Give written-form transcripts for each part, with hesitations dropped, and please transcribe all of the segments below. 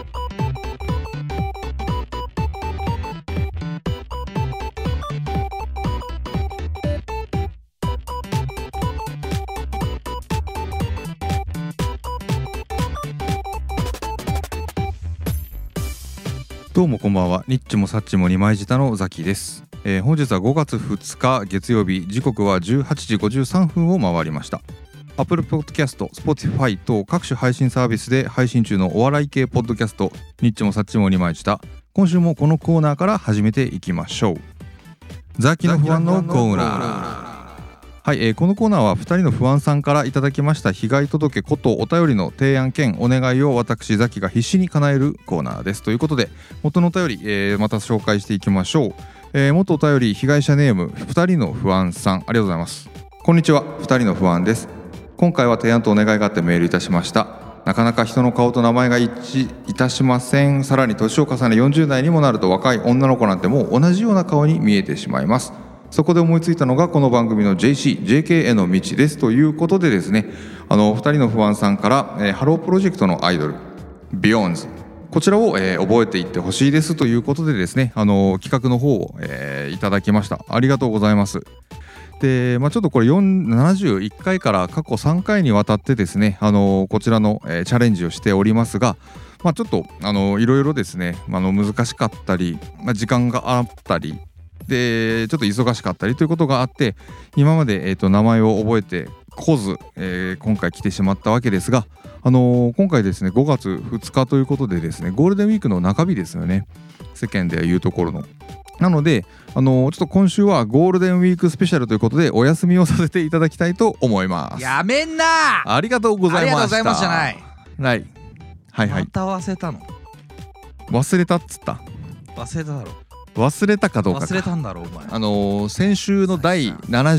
どうもこんばんは。ニッチもサッチも二枚舌のザキです。本日は5月2日月曜日、時刻は18時53分を回りました。Apple Podcast、Spotify 等各種配信サービスで配信中のお笑い系ポッドキャスト、ニッチもサッチも二枚舌。今週もこのコーナーから始めていきましょう。ザキの不安のコーナー。はい、このコーナーは2人の不安さんからいただきました被害届ことお便りの提案兼お願いを私ザキが必死に叶えるコーナーです。ということで元のお便り、また紹介していきましょう。元お便り被害者ネーム2人の不安さん、ありがとうございます。こんにちは、2人の不安です。今回は提案とお願いがあってメールいたしました。なかなか人の顔と名前が一致いたしません。さらに年を重ね40代にもなると若い女の子なんてもう同じような顔に見えてしまいます。そこで思いついたのがこの番組の JC、JK への道です。ということでですね、2人の不安さんから、ハロープロジェクトのアイドルビヨーンズ、こちらを、覚えていってほしいですということでですね、企画の方を、いただきました。ありがとうございます。で、ちょっとこれ71回から過去3回にわたってですね、こちらの、チャレンジをしておりますが、ちょっといろいろですね、難しかったり、時間があったりでちょっと忙しかったりということがあって、今まで、名前を覚えてこず、今回来てしまったわけですが、今回ですね5月2日ということでですね、ゴールデンウィークの中日ですよね、世間でいうところの。なのでちょっと今週はゴールデンウィークスペシャルということでお休みをさせていただきたいと思います。 やめんな。 ありがとうございました。 ありがとうございますじゃない。 はい、はいはい。 また忘れたの？ 忘れたっつった。 忘れただろ。 忘れたかどうか。 忘れたんだろお前。 先週の第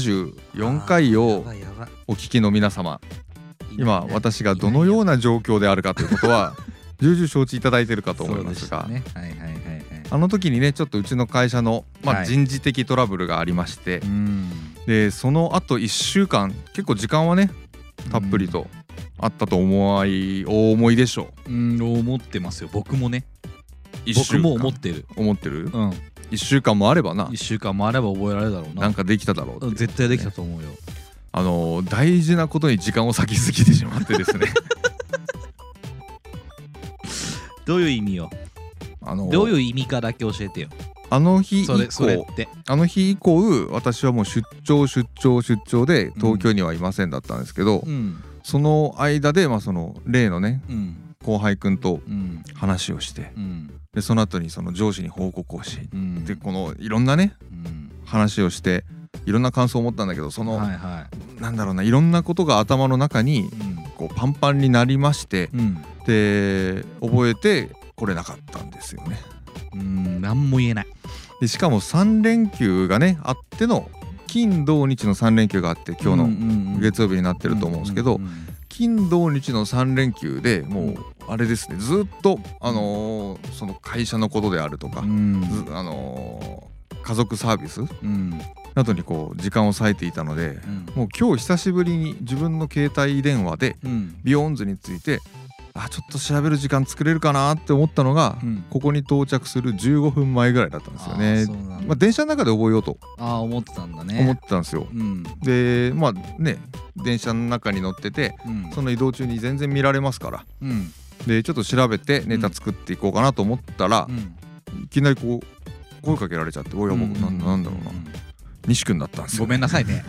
74回をお聞きの皆様、今私がどのような状況であるかということは重々承知いただいているかと思いますが、あの時にねちょっとうちの会社の、人事的トラブルがありまして、でその後1週間結構時間はねたっぷりとあったとお思いでしょう。 思ってますよ。僕もね。僕も思ってる。1週間もあればな。1週間もあれば覚えられるだろうな。 なんかできただろうって、ね。 絶対できたと思うよ。 大事なことに時間を割きすぎてしまってですねどういう意味よ。どういう意味かだけ教えてよ。 あの日以降私はもう出張で東京にはいませんだったんですけど、その間でその例のね、後輩くんと話をして、でその後にその上司に報告をし、でこのいろんなね、話をしていろんな感想を持ったんだけど、その、なんだろうな、いろんなことが頭の中にこうパンパンになりまして、で覚えてこれなかったんですよね。 何も言えない。 でしかも3連休がねあっての金土日の3連休があって、今日の月曜日になってると思うんですけど、金土日の3連休でもうあれですね、ずっとその会社のことであるとか、家族サービスなどにこう時間を割いていたので、もう今日久しぶりに自分の携帯電話でビヨーンズについてちょっと調べる時間作れるかなって思ったのが、ここに到着する15分前ぐらいだったんですよね。電車の中で覚えようと思ってたんだね。 思ってたんですよ。で電車の中に乗ってて、その移動中に全然見られますから、でちょっと調べてネタ作っていこうかなと思ったら、いきなりこう声かけられちゃって、おや僕なんだろうな、西君だったんですよ。 ごめんなさいね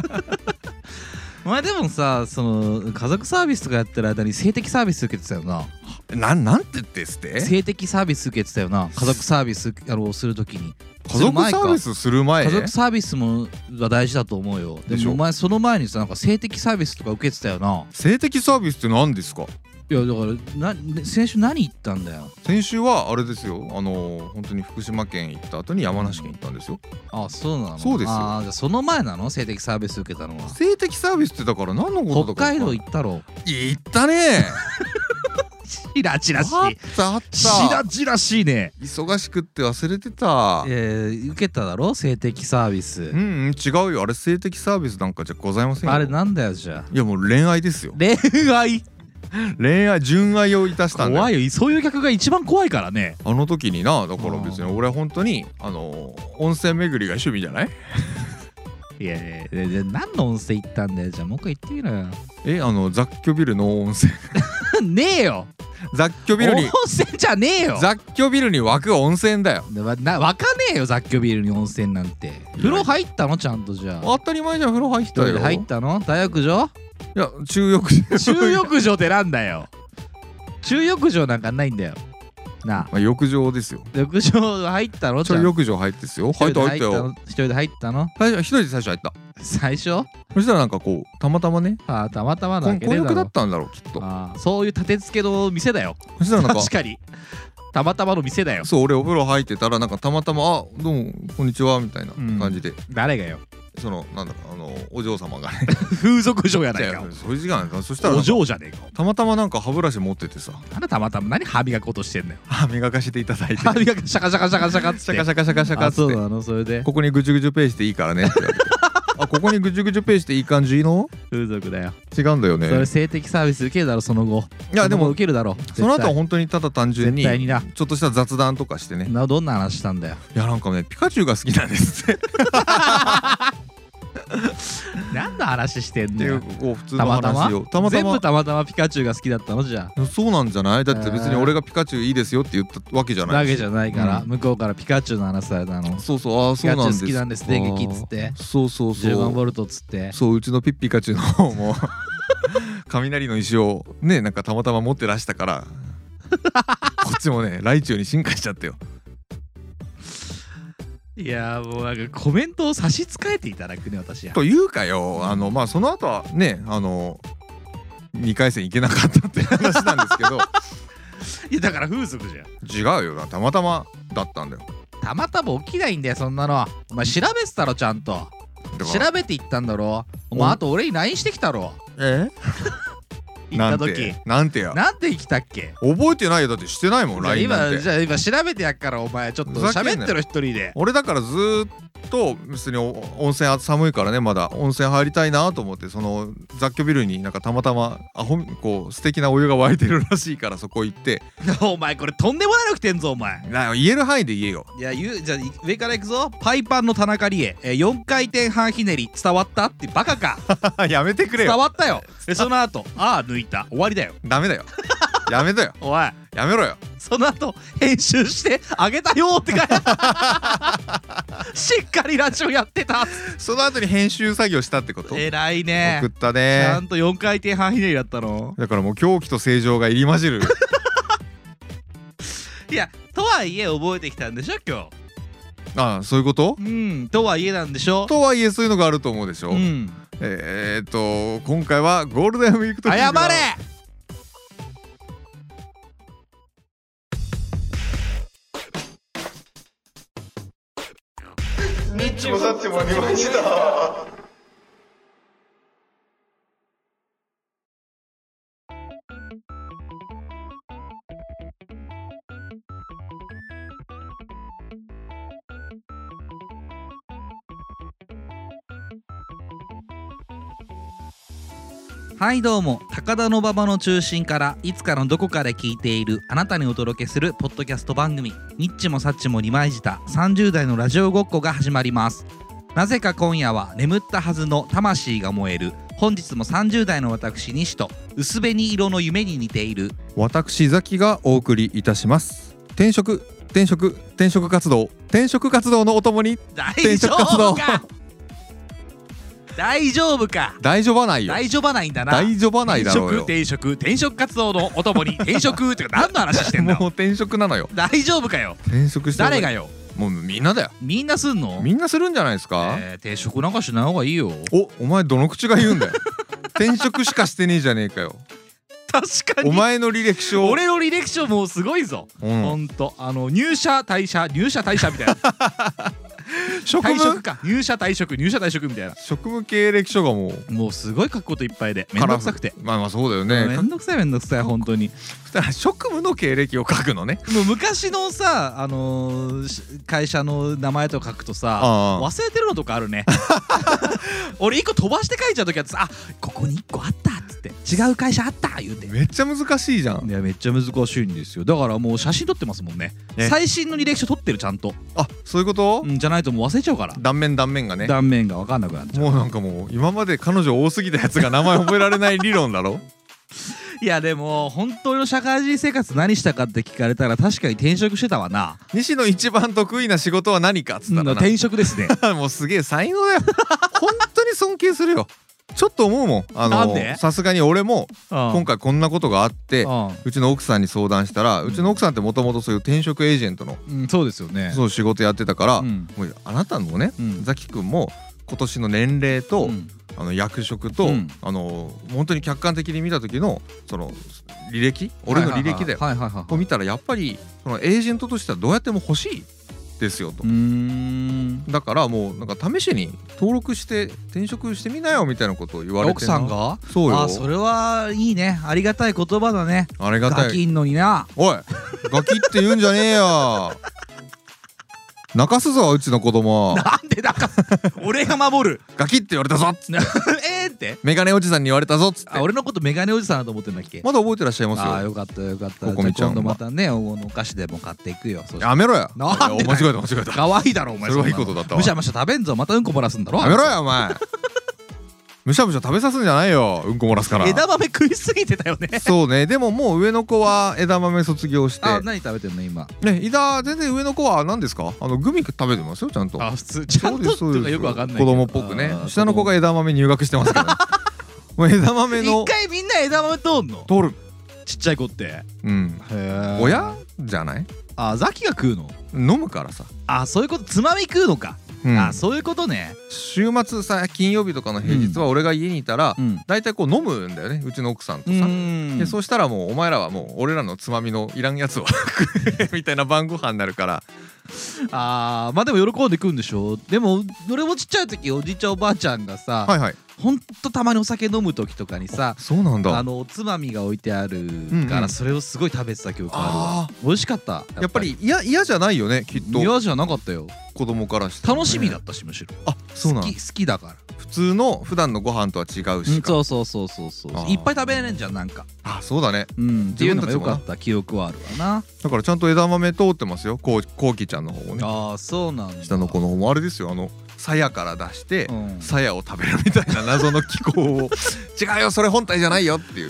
でもさ、その家族サービスとかやってる間に性的サービス受けてたよな。 なんて言ってすって性的サービス受けてたよな。家族サービスをするときに。 家族サービスする前？ 家族サービスもは大事だと思うよ。でもお前その前にさ、なんか性的サービスとか受けてたよな。 性的サービスって何ですか？ いやだから先週何行ったんだよ。 先週はあれですよ、本当に福島県行った後に山梨県行ったんですよ。 そうなの？ そうですよ。 じゃあその前なの？性的サービス受けたのは。 性的サービスってだから何のことだか。 北海道行ったろ。 行ったねチラチラしい。 あったチラチラしいね。 忙しくって忘れてた。 受けただろ性的サービス。 違うよ、あれ性的サービスなんかじゃございませんよ。 あれなんだよじゃあ。 いやもう恋愛ですよ。 恋愛恋愛純愛をいたしたんだよ。 怖いよ、そういう客が一番怖いからね。 あの時にな、だから別に俺は本当に温泉巡りが趣味じゃない？ いや何の温泉行ったんだよ。じゃあもう一回言ってみろよ。雑居ビルの温泉ねえよ。 雑居ビルに温泉じゃねえよ。 雑居ビルに湧く温泉だよ。 わかねえよ、雑居ビルに温泉なんて。風呂入ったのちゃんと。じゃあ当たり前じゃん、風呂入ったよ。 入ったの？大浴場？ いや、中浴場。 中浴場ってなんだよ。中浴場なんかないんだよなあ。 浴場ですよ。 浴場入ったの？ 中浴場入ってですよ。入ったよ。 一人で入ったの？ 一人で最初入った。 最初？ そしたらなんかこうたまたまね。 たまたまだけ婚約だったんだろうきっと。 そういう立て付けの店だよ。 そしたらなんか確かにたまたまの店だよ。 そう、俺お風呂入ってたらなんかたまたまどうもこんにちはみたいな感じで。 誰がよ？ なんだかお嬢様がね。 風俗嬢やないか。 そういう時間。そしたらお嬢じゃねえか。たまたまなんか歯ブラシ持っててさ。 たまたま何歯磨こうとしてんだよ。 歯磨かしていただいて。 歯磨かシャカシャカシャカシャカって。 シャカシャカシャカシャカって。 そうなの？それでここにぐちゅぐちゅペーしていいからねって言われて。ここにぐちゅぐちゅペーしていい感じの風俗だよ。 違うんだよね。 それ性的サービス受けるだろその後。 いやでも受けるだろ。 その後は本当にただ単純にちょっとした雑談とかしてね。 どんな話したんだよ。 いやなんかね、ピカチュウが好きなんですって。 何の話してんのよ。 普通の話をたまたま全部たまたまピカチュウが好きだったの？じゃあそうなんじゃない？だって別に俺がピカチュウいいですよって言ったわけじゃないわけじゃないから、向こうからピカチュウの話されたの。 そうそう、そうなんです。 ピカチュウ好きなんです電撃っつって。 そう10 万ボルトっつって。 そう、うちのピカチュウの方も雷の石をね、なんかたまたま持ってらしたからこっちもねライチュウに進化しちゃってよ。 いやもうなんかコメントを差し支えていただくね、私は。 というかよ、その後はね2回戦行けなかったって話なんですけどいやだから風俗じゃん。違うよな、たまたまだったんだよ。 たまたま起きないんだよそんなの。お前調べてたろちゃんと。調べていったんだろ。お前あと俺に LINE してきたろ。行った時なんて生きたっけ？ 覚えてないよ。だってしてないもん LINE なんて。 じゃあ今調べてやっから、お前ちょっと喋ってろ一人で。 俺だからずーっと別に温泉寒いからね、まだ温泉入りたいなと思って、その雑居ビルになんかたまたまこう素敵なお湯が沸いてるらしいからそこ行って。 お前これとんでもないの来てんぞお前。 言える範囲で言えよ。 いやじゃあ上から行くぞ。パイパンの田中理恵、4回転半ひねり伝わったってバカか。 やめてくれよ。 伝わったよ。その後抜いた、終わりだよ。 ダメだよ。やめだよ。 おいやめろよ。 その後編集してあげたよってかしっかりラジオやってた。 その後に編集作業したってこと？ 偉いね。 送ったね。 ちゃんと4回転半ひねりだったの。 だからもう狂気と正常が入り混じる。 いやとはいえ覚えてきたんでしょ今日。そういうこと？ とはいえなんでしょ。 とはいえそういうのがあると思うでしょ。今回はゴールデンウィークと謝れ。 ニッチもサッチも2枚した。 はいどうも、高田馬場の中心からいつかのどこかで聞いているあなたにお届けするポッドキャスト番組、ニッチもサッチも二枚舌30代のラジオごっこが始まります。なぜか今夜は眠ったはずの魂が燃える、本日も30代の私西と薄紅色の夢に似ている私ザキがお送りいたします。転職活動のお供に転職活動。 大丈夫か。 大丈夫はないよ。 大丈夫はないんだな。 大丈夫はないだろうよ。 転職活動のお供に転職ってか何の話してんだよ。 もう転職なのよ。 大丈夫かよ。 転職して誰がよ。 もうみんなだよ。 みんなすんの？ みんなするんじゃないですか。 転職なんかしない方がいいよ。 お前どの口が言うんだよ。転職しかしてねえじゃねえかよ。 確かに。 お前の履歴書、 俺の履歴書もうすごいぞ。ほんと入社退社みたいな。 退職か、入社退職みたいな。 職務経歴書がもうすごい書くこといっぱいでめんどくさくて。 まあそうだよね。 めんどくさい本当に。 職務の経歴を書くのね。 もう昔のさ、会社の名前とか書くとさ、忘れてるのとかあるね。俺1個飛ばして書いちゃう時はさ、ここに1個あったっつって、違う会社あった言うて。 めっちゃ難しいじゃん。 いやめっちゃ難しいんですよ。だからもう写真撮ってますもんね。最新の履歴書撮ってるちゃんと。 あ、そういうこと？ じゃないともう忘れちゃうから。 断面がね。 断面が分かんなくなっちゃう。 もうなんかもう今まで彼女多すぎたやつが名前覚えられない理論だろ。 いやでも本当の社会人生活何したかって聞かれたら確かに転職してたわな。 西野一番得意な仕事は何かっつったらな、 転職ですね。 もうすげえ才能だよ。本当に尊敬するよ。ちょっと思うもん。 なんで？ さすがに俺も今回こんなことがあってうちの奥さんに相談したら、うちの奥さんってもともとそういう転職エージェントのそうですよね。 そう仕事やってたから、もうあなたのね、ザキ君も今年の年齢と役職と本当に客観的に見た時のその履歴、俺の履歴だよを見たらやっぱりそのエージェントとしてはどうやっても欲しいですよと。だからもうなんか試しに登録して転職してみなよみたいなことを言われて。 奥さんが？ そうよ。 それはいいね、ありがたい言葉だね。 ありがたい。 ガキんのにな。 おいガキって言うんじゃねえよ。泣かすぞうちの子供。 なんで泣かす？俺が守る。 ガキって言われたぞっつってってメガネおじさんに言われたぞっつって。 俺のことメガネおじさんだと思ってんだっけ？ まだ覚えてらっしゃいますよ。 あ、よかったよかった。 ここみちゃんは今度またね、お菓子でも買っていくよ。 やめろよ。 なんで？ 間違えた。 可愛いだろお前。 それはいいことだったわ。 むしゃむしゃ食べんぞ。またうんこ漏らすんだろ。 やめろよお前。むしゃむしゃ食べさすんじゃないよ、うんこ漏らすから。 枝豆食いすぎてたよね。 そうね。でももう上の子は枝豆卒業して。 何食べてんの今ね。全然上の子は何ですか、グミ食べてますよちゃんと。 あ、普通ちゃんとっていうかよくわかんないけど、 子供っぽくね。下の子が枝豆入学してますからもう枝豆の一回みんな枝豆通んの？ 通る。 ちっちゃい子って。 親じゃない？ あ、ザキが食うの？ 飲むからさ。 あ、そういうこと。つまみ食うのか。あ、そういうことね。 週末さ、金曜日とかの平日は俺が家にいたら大体こう飲むんだよね、うちの奥さんとさ。でそうしたらもうお前らはもう俺らのつまみのいらんやつをみたいな晩ご飯になるから。 まあでも喜んで食うんでしょ。でも俺もちっちゃい時おじいちゃんおばあちゃんがさ、ほんとたまにお酒飲む時とかにさ、 そうなんだ、 おつまみが置いてあるからそれをすごい食べてた記憶あるわ。美味しかった。 やっぱり嫌じゃないよねきっと。 嫌じゃなかったよ、 子供からして。 楽しみだったし、むしろ。 あ、そうなん。 好きだから。 普通の普段のご飯とは違うし。 そういっぱい食べれねんじゃん、なんか。 あ、そうだね。 っていうのが良かった記憶はあるわな。 だからちゃんと枝豆通ってますよ、こうきちゃんの方もね。 ああ、そうなんだ。 下の子の方もあれですよ、鞘から出して鞘を食べるみたいな謎の機構を違うよ、それ本体じゃないよっていう。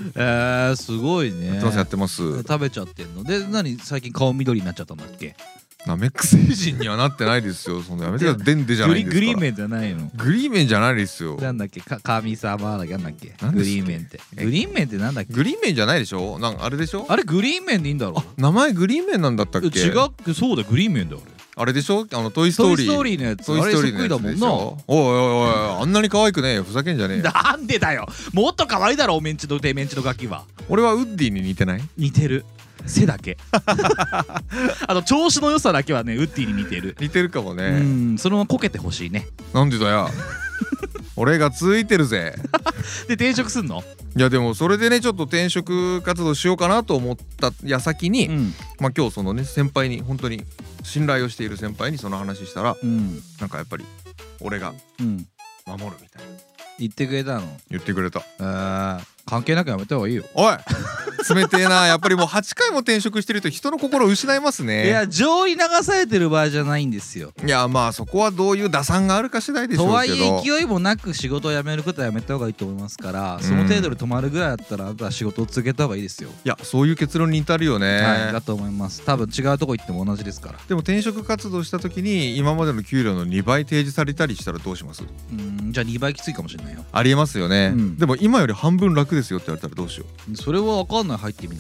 すごいね。 やってます。 食べちゃってんので、何最近顔緑になっちゃったんだっけ？ ナメック星人にはなってないですよ。そのやめてください。デンデじゃないんですから。 グリーンメンじゃないの？ グリーンメンじゃないですよ。 なんだっけ、神様だっけ、なんだっけ、グリーンメンって。グリーンメンってなんだっけ？ グリーンメンじゃないでしょ。なんかあれでしょ。 あれグリーンメンでいいんだろう。 名前グリーンメンなんだったっけ？ 違う、そうだ、グリーンメンだ俺。 あれでしょ、トイストーリー。 トイストーリーのやつ。 トイストーリーのやつだもんな。おいあんなに可愛くねえよ、ふざけんじゃねえよ。 なんでだよ、もっと可愛いだろ、おメンチのガキは。 俺はウッディに似てない？ 似てる。背だけ調子の良さだけはね、ウッディに似てるかもね。 そのままこけてほしいね。 なんでだよ俺がついてるぜで転職すんの？ いやでもそれでね、ちょっと転職活動しようかなと思った矢先に、今日そのね先輩に、本当に信頼をしている先輩にその話したら、なんかやっぱり俺が守るみたいな言ってくれたの？ 言ってくれた。 関係なくやめた方がいいよ。 おい冷てえな。やっぱりもう8回も転職してると人の心を失いますね。 いや、情に流されてる場合じゃないんですよ。 いや、まあそこはどういう打算があるか次第でしょうけど。 とはいえ勢いもなく仕事を辞めることはやめた方がいいと思いますから、その程度で止まるぐらいだったらあなたは仕事を続けた方がいいですよ。 いや、そういう結論に至るよね。 だと思います。多分違うとこ行っても同じですから。 でも転職活動した時に今までの給料の2倍提示されたりしたらどうします？ じゃあ2倍きついかもしれないよ。 ありえますよね。でも今より半分楽ですよって言われたらどうしよう？それは分かんない、入ってみないと。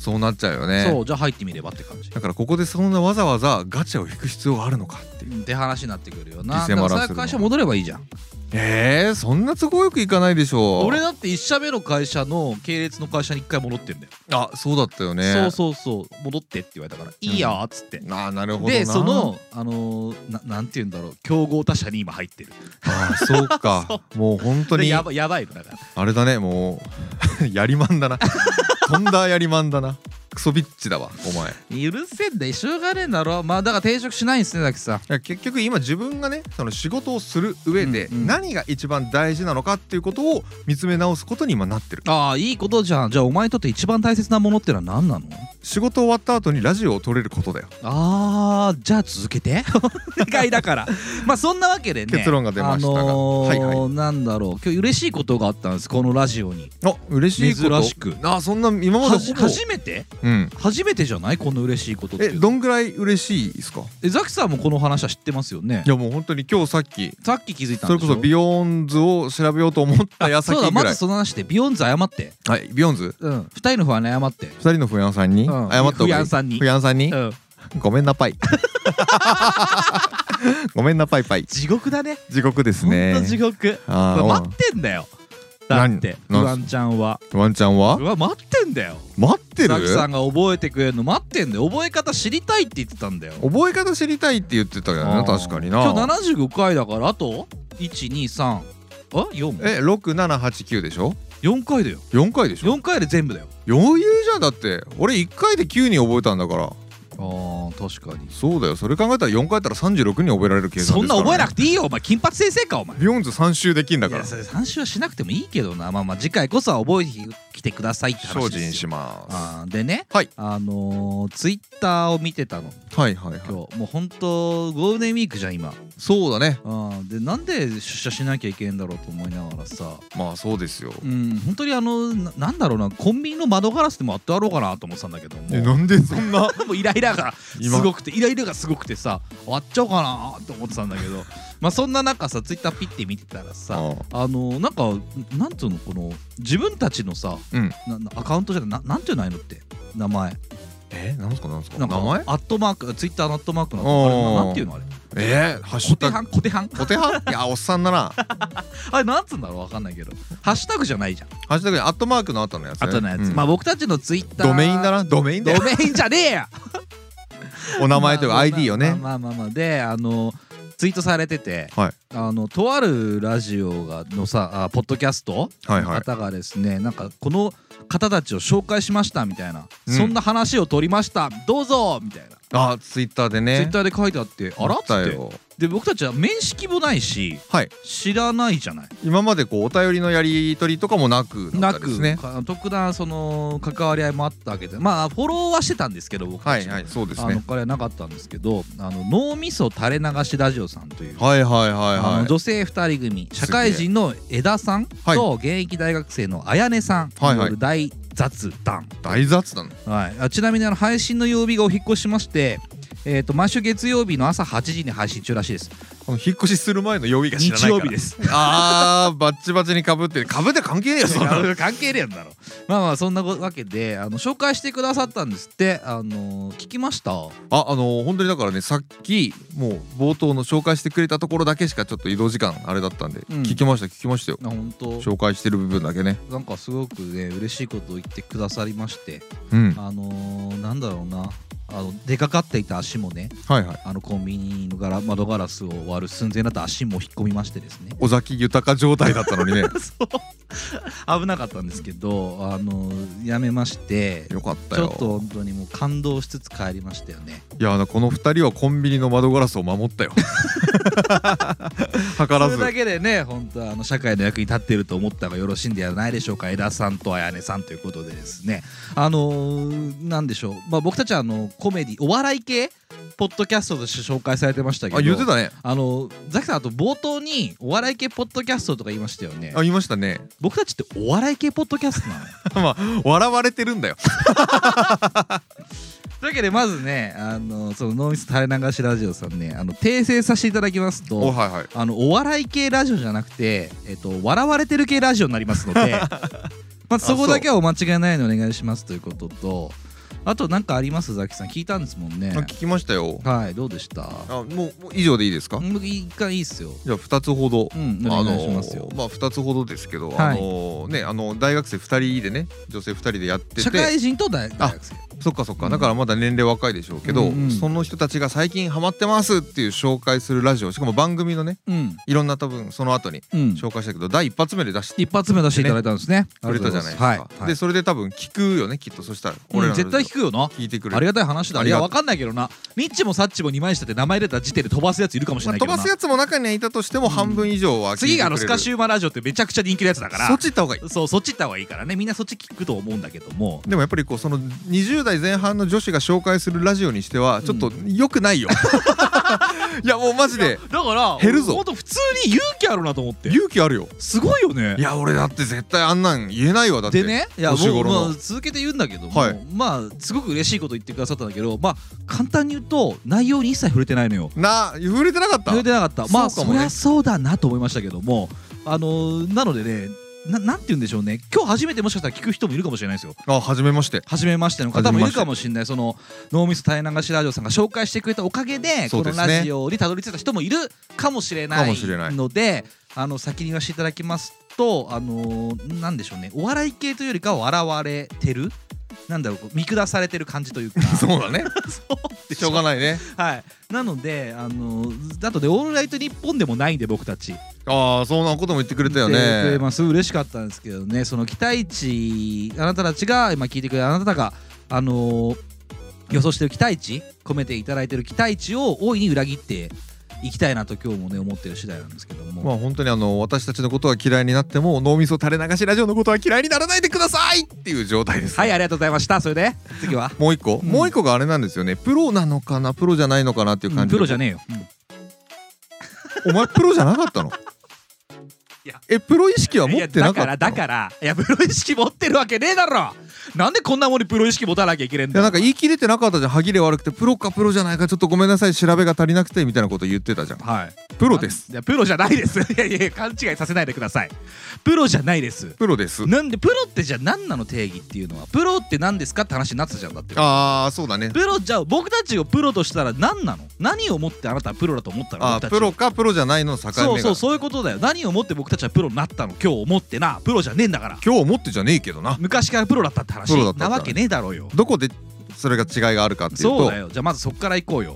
そうなっちゃうよね。 そうじゃあ入ってみればって感じだからここでそんなわざわざガチャを引く必要があるのかっていう、 って話になってくるよな。 犠牲だマラするのから会社戻ればいいじゃん。 そんな都合よくいかないでしょう。 俺だって1社目の会社の系列の会社に1回戻ってんだよ。 あ、そうだったよね。 そう戻ってって言われたから、いいよっつって。 あ、なるほどな。 でそのなんて言うんだろう、競合他社に今入ってる。 あ、そうかもう本当にやばいのだから。 あれだね、もうやりまんだなとんだやりまんだな。クソビッチだわお前。 許せんだよ、しょうがねえんだろ。まあだから転職しないんですね、だけさ。 結局今自分がね、その仕事をする上で何が一番大事なのかっていうことを見つめ直すことに今なってる。 ああ、いいことじゃん。じゃあお前にとって一番大切なものってのは何なの？ 仕事終わった後にラジオを撮れることだよ。 ああ、じゃあ続けてお願いだからまあそんなわけでね、 結論が出ましたが、はいはい、 なんだろう、今日嬉しいことがあったんです、このラジオに。 あ、嬉しいこと。 珍しく。 あ、そんな今まで初めて？うん、初めてじゃない？こんな嬉しいことって。 どんぐらい嬉しいですか？ ザキさんもこの話は知ってますよね？ いやもう本当に今日さっき気づいたんでしょ。 それこそビヨーンズを調べようと思った矢先ぐらい。 そうだ、まずその話でビヨーンズ謝って。 はい、ビヨーンズ、 うん、2人の不安に謝って。 2人の不安さんに謝った方がいい。 不安さんに、 不安さんに、ごめんなパイごめんなパイパイ。 地獄だね。 地獄ですね。 ほんと地獄。待ってんだよ。だって不安ちゃんは待ってんだよ。 待ってる？ ザキさんが覚えてくれるの待ってんだよ。覚え方知りたいって言ってたんだよ。 覚え方知りたいって言ってたよね。確かにな。 今日75回だから、あと 1,2,3 4 6、7、8、9でしょ。 4回だよ。 4回でしょ。 4回で全部だよ。 余裕じゃん。だって俺1回で9に覚えたんだから。 あ、確かにそうだよ。それ考えたら4回やったら36に覚えられる計算ですからね。 そんな覚えなくていいよお前。金八先生かお前。 ビヨーンズ3周できんだから。 いや、それ3周はしなくてもいいけどな。まあまあ次回こそは覚えてきてくださいって話ですよ。 精進します。 でね、 はい、 ツイッターを見てたの。 はいはいはい。 今日もうほんとゴールデンウィークじゃん今。 そうだね。 でなんで出社しなきゃいけんだろうと思いながらさ。 まあそうですよ。 本当になんだろうな、コンビニの窓ガラスでもあってやろうかなと思ってたんだけども。 なんでそんなもうイライラがすごくてさ、終わっちゃおうかなと思ってたんだけどまあそんな中さ、ツイッターピッて見てたらさ、なんかなんつうの、この自分たちのさ、アカウントじゃなんていうのああいうのって名前。 なんすかなんすか。 名前？アットマーク、ツイッターのアットマークのなんていうのあれ。 ハッシュタグ。 コテハンいや、おっさんだなあれなんつうんだろう、わかんないけど、ハッシュタグじゃないじゃん。 ハッシュタグアットマークの後のやつ。 後のやつ。まあ僕たちのツイッタードメインだな。ドメインじゃねえやお名前というか ID よね。 まあでツイートされてて、とあるラジオのさ、ポッドキャストの方がですね、なんかこの方たちを紹介しましたみたいな、そんな話を取りました、どうぞみたいな。 ツイッターでね。 ツイッターで書いてあって、あらっつって。で僕たちは面識もないし、知らないじゃない。 今までこうお便りのやり取りとかもなくだったですね。 特段その関わり合いもあったわけで、まあフォローはしてたんですけど、僕たちはそうですね。 関わりはなかったんですけど、脳みそ垂れ流しラジオさんという女性2人組、社会人の枝さんと現役大学生のあやねさんによる大雑談。ちなみに配信の曜日がお引っ越しまして、毎週月曜日の朝8時に配信中らしいです。 引っ越しする前の曜日が知らないから。 日曜日です。 バッチバチにかぶって関係ねえよ。そんな関係ねえんだろ。まあそんなわけで紹介してくださったんですって。聞きました。 本当にだからね、さっきもう冒頭の紹介してくれたところだけしかちょっと移動時間あれだったんで、聞きましたよ。 本当。 紹介してる部分だけね。 なんかすごくね嬉しいことを言ってくださりまして、なんだろうな。出かかっていた足もね、コンビニの窓ガラスを割る寸前だった足も引っ込みましてですね、 尾崎豊状態だったのにねそう危なかったんですけど、やめまして、 よかったよ。 ちょっと本当にもう感動しつつ帰りましたよね。 いや、この2人はコンビニの窓ガラスを守ったよ図らず。 それだけでね、本当社会の役に立っていると思った方がよろしいんではないでしょうか。枝さんとあやねさんということでですね、なんでしょう、僕たちはコメディ、お笑い系ポッドキャストとして紹介されてましたけど、 言ってたね。 ザキさん、あと冒頭にお笑い系ポッドキャストとか言いましたよね。 言いましたね。 僕たちってお笑い系ポッドキャストなの笑われてるんだよというわけで、まずね、その脳みそ垂れ流しラジオさんね、訂正させていただきますと、お笑い系ラジオじゃなくて、笑われてる系ラジオになりますのでまずそこだけはお間違いないのお願いしますということと、 あと何かあります？ザキさん聞いたんですもんね。 聞きましたよ。 はい、どうでした？ もう以上でいいですか？ 一回いいっすよ。 じゃあ2つほど、 お願いしますよ。 2つほどですけど、 はい大学生2人でね、女性2人でやってて、 社会人と大学生。 そっかそっか、だからまだ年齢若いでしょうけど、その人たちが最近ハマってますっていう紹介するラジオ、しかも番組のね、いろんな多分その後に紹介したけど、第一発目で出して一発目出していただいたんですね。 くれたじゃないですか。でそれで多分聞くよね、きっと。そしたら俺ら絶対聞くよな。 聞いてくれる。 ありがたい話だ。いやわかんないけどな、ニッチもサッチも二枚舌って名前出た時点で飛ばすやついるかもしれないけどな。 飛ばすやつも中にはいたとしても半分以上は聞いてくれる。 次がスカシウマラジオってめちゃくちゃ人気のやつだから、 そっち行った方がいい。 そう、そっち行った方がいいからね。みんなそっち聞くと思うんだけども、 でもやっぱりこうその20代前半の女子が紹介するラジオにしてはちょっと良くないよ。いやもうマジでだから減るぞ。 ほんと普通に勇気あるなと思って。 勇気あるよ。 すごいよね。 いや俺だって絶対あんなん言えないわ。だってでね、いやもう続けて言うんだけども、まあすごく嬉しいこと言ってくださったんだけど、まあ簡単に言うと内容に一切触れてないのよ。 触れてなかった。 触れてなかった。まあそりゃそうだなと思いましたけども、なのでね、なんて言うんでしょうね、今日初めてもしかしたら聞く人もいるかもしれないですよ。 初めましての方もいるかもしれない。その脳みそ垂れ流しラジオさんが紹介してくれたおかげでこのラジオにたどり着いた人もいるかもしれないので、先に言わせていただきますと、なんでしょうね、お笑い系というよりかは笑われてる、なんだろう、見下されてる感じというか。 そうだね。しょうがないね。 はい。なのであとでオールライトニッポンでもないんで、僕たち。 そんなことも言ってくれたよね。 すごい嬉しかったんですけどね。その期待値、あなたたちが今聞いてくれるあなたが予想してる期待値、込めていただいてる期待値を大いに裏切っていきたいなと今日もね思ってる次第なんですけども、 まあ本当に私たちのことは嫌いになっても脳みそ垂れ流しラジオのことは嫌いにならないでくださいっていう状態です。 はい、ありがとうございました。それで次はもう一個があれなんですよね。プロなのかなプロじゃないのかなっていう感じで。 プロじゃねえよ。 お前プロじゃなかったの？プロ意識は持ってなかったの？ だからいや、プロ意識持ってるわけねえだろ。なんでこんなもんにプロ意識持たなきゃいけないんだよ。 なんか言い切れてなかったじゃん。歯切れ悪くてプロかプロじゃないかちょっとごめんなさい、調べが足りなくてみたいなこと言ってたじゃん。 はい、 プロです。 いやプロじゃないです。いや勘違いさせないでください。プロじゃないです。 プロです。 なんでプロってじゃあ何なの定義っていうのは。プロって何ですかって話になってたじゃん。だってそうだね。 プロじゃあ僕たちをプロとしたら何なの？何をもってあなたはプロだと思ったの？ プロかプロじゃないの境目が。 そういうことだよ。何をもって僕たちはプロになったの？今日思ってな。プロじゃねえんだから。 今日思ってじゃねえけどな。 昔からプロだったって話なわけねえだろうよ。 どこでそれが違いがあるかっていうと。 そうだよ。じゃあまずそっから行こうよ。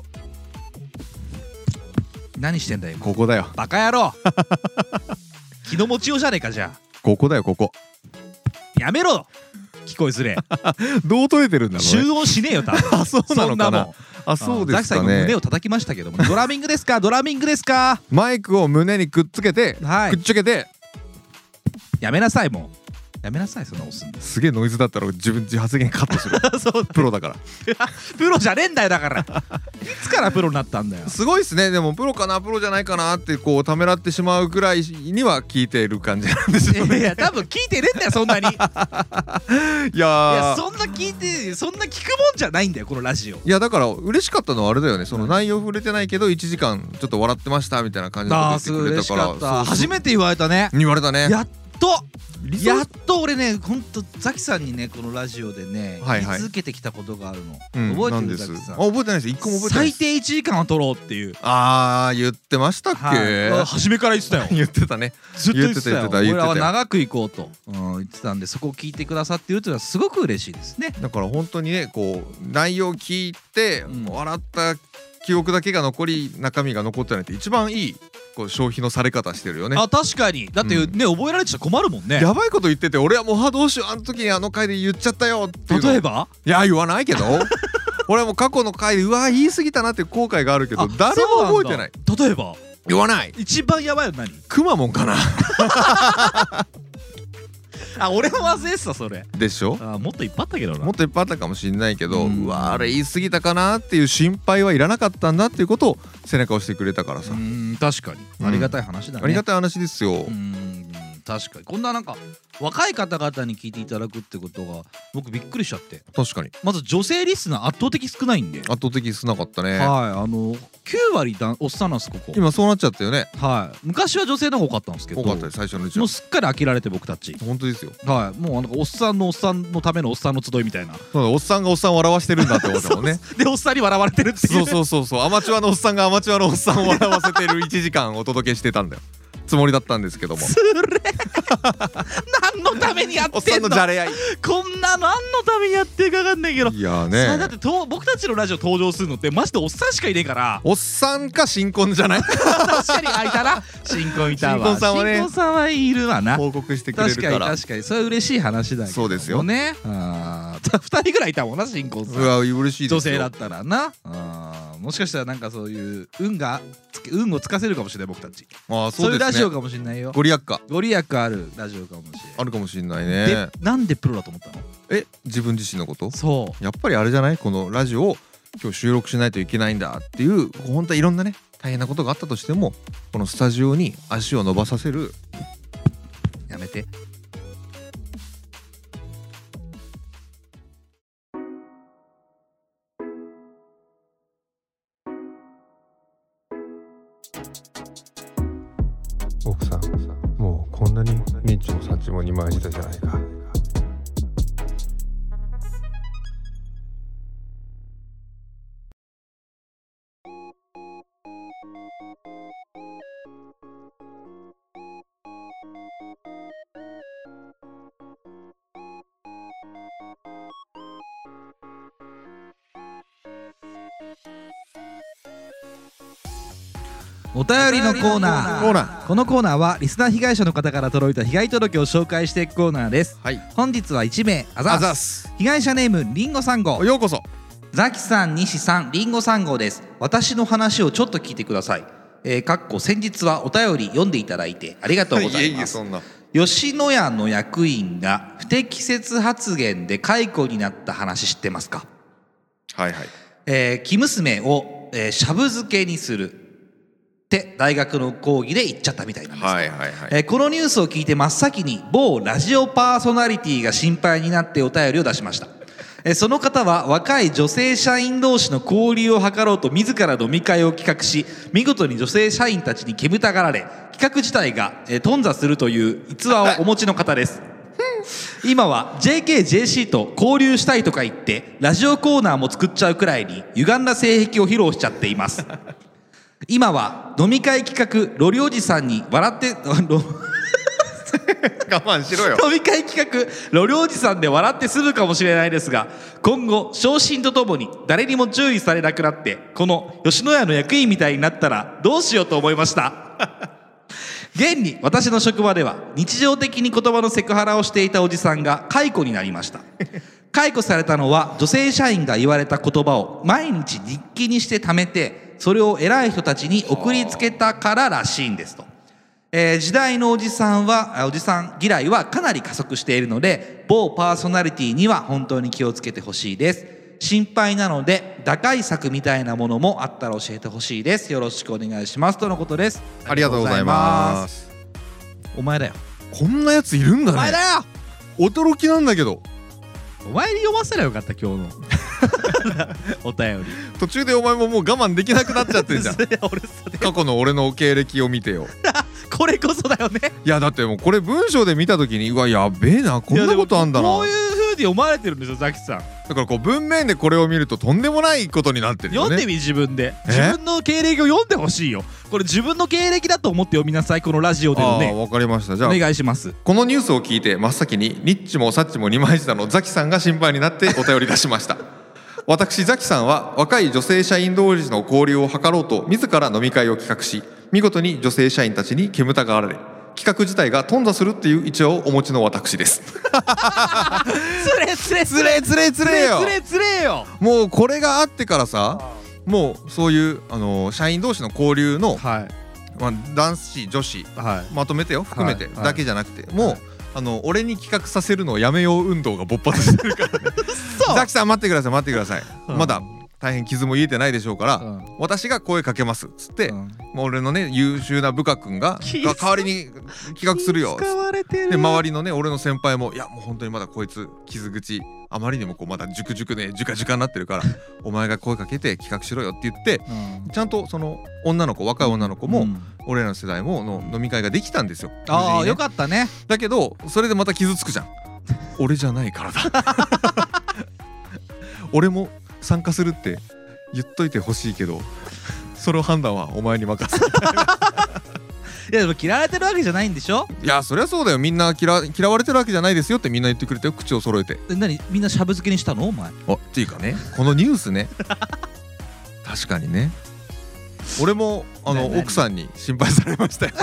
何してんだよ。 ここだよ。 バカ野郎。気の持ちようじゃねえか。じゃあここだよ。ここやめろ。聞こえづれ。 どう取れてるんだろうね。 集音しねえよ多分。 そうなのかな。そうですかね。 ザキさん今胸を叩きましたけども、ドラミングですか？ドラミングですか？ マイクを胸にくっつけて、くっちゃけて。 やめなさい。もうやめなさい。そんな押すんだ。 すげえノイズだったら自発言カットする。そうプロだから。 プロじゃねえんだよ。だからいつからプロになったんだよ。 すごいっすね。でもプロかなプロじゃないかなってこうためらってしまうくらいには聞いている感じなんですよね。 いや多分聞いてねえんだよそんなに。いやそんな聞いて、そんな聞くもんじゃないんだよこのラジオ。 いやだから嬉しかったのはあれだよね。その内容触れてないけど1時間ちょっと笑ってましたみたいな感じのこと言ってくれたから。 初めて言われたね。 言われたね。 やっと俺ね、ほんとザキさんにねこのラジオでね言い続けてきたことがあるの。覚えてる？ザキさん。 覚えてないです。一個も覚えてないです。 最低1時間は撮ろうっていう。 言ってましたっけ？ 初めから言ってたよ。 言ってたね。 ずっと言ってたよ。俺らは長く行こうと言ってたんで、そこを聞いてくださっているというのはすごく嬉しいですね。 だから本当にね、こう内容聞いて笑った記憶だけが残り中身が残ってないって一番いいこう消費のされ方してるよね。 確かに。だってね、覚えられてたら困るもんね。 やばいこと言ってて俺はもうどうしよう、あの時にあの回で言っちゃったよっていうの。 例えば？ いや言わないけど俺はもう過去の回で言い過ぎたなっていう後悔があるけど誰も覚えてない。 例えば？ 言わない。 一番やばいの何？ くまモンかな。 俺も忘れてたそれ。 でしょ。 もっといっぱいあったけどな。 もっといっぱいあったかもしれないけど、あれ言い過ぎたかなっていう心配はいらなかったんだっていうことを背中を押してくれたからさ。 確かにありがたい話だね。 ありがたい話ですよ。 確かにこんななんか若い方々に聞いていただくってことが僕びっくりしちゃって。 確かにまず女性リスナー圧倒的少ないんで、 圧倒的少なかったね。 はい9割おっさんなんですここ。 今そうなっちゃったよね。 はい、昔は女性の方が多かったんですけど、 多かったです最初のうちは。 もうすっかり飽きられて僕たち。 本当ですよ。 はい、もうなんかおっさんのためのおっさんの集いみたいな。 そうだ、おっさんがおっさんを笑わしてるんだって思ったもんね。 でおっさんに笑われてるっていう。 そうアマチュアのおっさんがアマチュアのおっさんを笑わせてる1時間お届けしてたんだよ。つもりだったんですけども。 つれ何のためにやってんの。 おっさんのじゃれ合い。 こんなの何のためにやってるか分かんないけど。 いやね。 だって僕たちのラジオ登場するのってマジでおっさんしかいねえから。 おっさんか新婚じゃない。 確かにいたな。新婚いたわ。 新婚さんはね。 新婚さんはいるわな。 報告してくれるから。 確かにそれは嬉しい話だけど。 そうですよね。2人ぐらいいたもんな新婚さん。 うわ嬉しいですよ。 女性だったらな。もしかしたらなんかそういう運をつかせるかもしれない僕たち。そういうラジオかもしれないよ。ご利益あるラジオかもしれない。 あるかもしれないね。 でなんでプロだと思ったの？ 自分自身のこと？ そう。 やっぱりあれじゃない？このラジオを今日収録しないといけないんだっていう本当はいろんなね大変なことがあったとしてもこのスタジオに足を伸ばさせる。 やめて。 奥さん、もうこんなにニッチもサッチも二枚舌じゃないか。 お便りのコーナー。このコーナーはリスナー被害者の方から届いた被害届を紹介していくコーナーです。本日は1名あざす。被害者ネームリンゴ3号。 ようこそ。 ザキさん、西さん、リンゴ3号です。私の話をちょっと聞いてください。先日はお便り読んでいただいてありがとうございます。吉野家の役員が不適切発言で解雇になった話知ってますか？ はいはい。 生娘をしゃぶ漬けにするって大学の講義で言っちゃったみたいなんです。このニュースを聞いて真っ先に某ラジオパーソナリティが心配になってお便りを出しました。その方は若い女性社員同士の交流を図ろうと自ら飲み会を企画し、見事に女性社員たちに煙たがられ、企画自体が頓挫するという逸話をお持ちの方です。今は JKJC と交流したいとか言ってラジオコーナーも作っちゃうくらいに歪んだ性癖を披露しちゃっています。今は飲み会企画ロリおじさんに笑って我慢しろよ。 飲み会企画ロリおじさんで笑って済むかもしれないですが、今後昇進とともに誰にも注意されなくなってこの吉野家の役員みたいになったらどうしようと思いました。現に私の職場では日常的に言葉のセクハラをしていたおじさんが解雇になりました。解雇されたのは女性社員が言われた言葉を毎日日記にして貯めて、それを偉い人たちに送りつけたかららしいんですと。時代のおじさん嫌いはかなり加速しているので、某パーソナリティには本当に気をつけてほしいです。心配なので打開策みたいなものもあったら教えてほしいです。よろしくお願いしますとのことです。 ありがとうございます。 お前だよ。 こんなやついるんだね。 お前だよ。 驚きなんだけど。 お前に読ませればよかった今日のお便り。 途中でお前ももう我慢できなくなっちゃってるじゃん。過去の俺の経歴を見てよ。 これこそだよね。 いやだってもうこれ文章で見た時にうわやべえな、こんなことあんだな。 こういう風に思われてるんですよザキさん。 だからこう文面でこれを見るととんでもないことになってるよね。 読んでみ自分で。自分の経歴を読んでほしいよ。これ自分の経歴だと思って読みなさい、このラジオでのね。 わかりました。じゃあお願いします。 このニュースを聞いて真っ先にニッチもサッチも二枚舌のザキさんが心配になってお便り出しました。私ザキさんは若い女性社員同士の交流を図ろうと自ら飲み会を企画し、見事に女性社員たちに煙たがられ、企画自体が頓挫するっていう一話をお持ちの私です。つれよ。もうこれがあってからさ、もうそういう社員同士の交流の、男子女子、まとめてよ含めてだけじゃなくて、もう俺に企画させるのをやめよう運動が勃発してるからね。ザキさん待ってください。まだ大変傷も癒えてないでしょうから、 うん私が声かけますっつって、 うんもう俺のね優秀な部下くんが代わりに企画するよっつ使われてる。 ってで周りのね俺の先輩もいやもう本当にまだこいつ傷口あまりにもこうまだジュクジュクねジュカジュカになってるからお前が声かけて企画しろよって言ってうんちゃんとその女の子若い女の子も、 うん俺らの世代もの飲み会ができたんですよ。 ああ、 無事にねよかったね。 だけどそれでまた傷つくじゃん俺じゃないからだ俺も参加するって言っといてほしいけどその判断はお前に任せるいやでも嫌われてるわけじゃないんでしょ。 いやそりゃそうだよみんな嫌われてるわけじゃないですよってみんな言ってくれてよ口を揃えて何みんなしゃぶ漬けにしたのお前。 っていうかねこのニュースね確かにね俺も何奥さんに心配されましたよ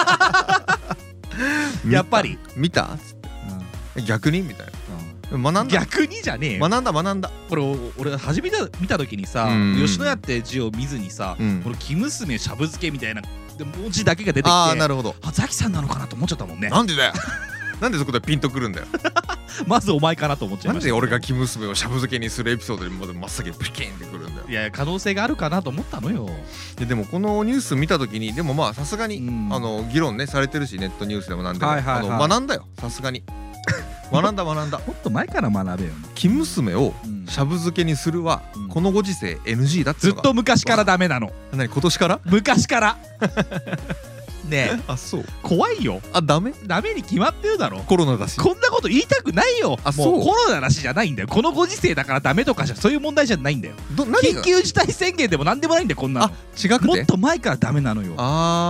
やっぱり、 見た逆にみたいな学んだ逆にじゃねえよ。 学んだこれ俺初めて見た時にさうん吉野家って字を見ずにさうんこの生娘しゃぶ漬けみたいなで文字だけが出てきてああなるほどザキさんなのかなと思っちゃったもんね。 なんでだよなんでそこでピンとくるんだよまずお前かなと思っちゃいました。 なんで俺が生娘をしゃぶ漬けにするエピソードにまず真っ先にプキンってくるんだよいや可能性があるかなと思ったのよ。 でもこのニュース見た時にでもまあさすがに、 うん議論ねされてるしネットニュースでもなんでも、 はいはいはい学んだよさすがに学んだもっと前から学べよ。 生娘をうんしゃぶ漬けにするは、 うんこのご時世 NG だってずっのがと昔からダメなの。 何今年から昔からねえあそう怖いよ。 あダメダメに決まってるだろ。 コロナだしこんなこと言いたくないよ。 あそうもうコロナらしじゃないんだよ。このご時世だからダメとかじゃそういう問題じゃないんだよ。 何が緊急事態宣言でもなんでもないんだよこんなあの。 違くてもっと前からダメなのよ。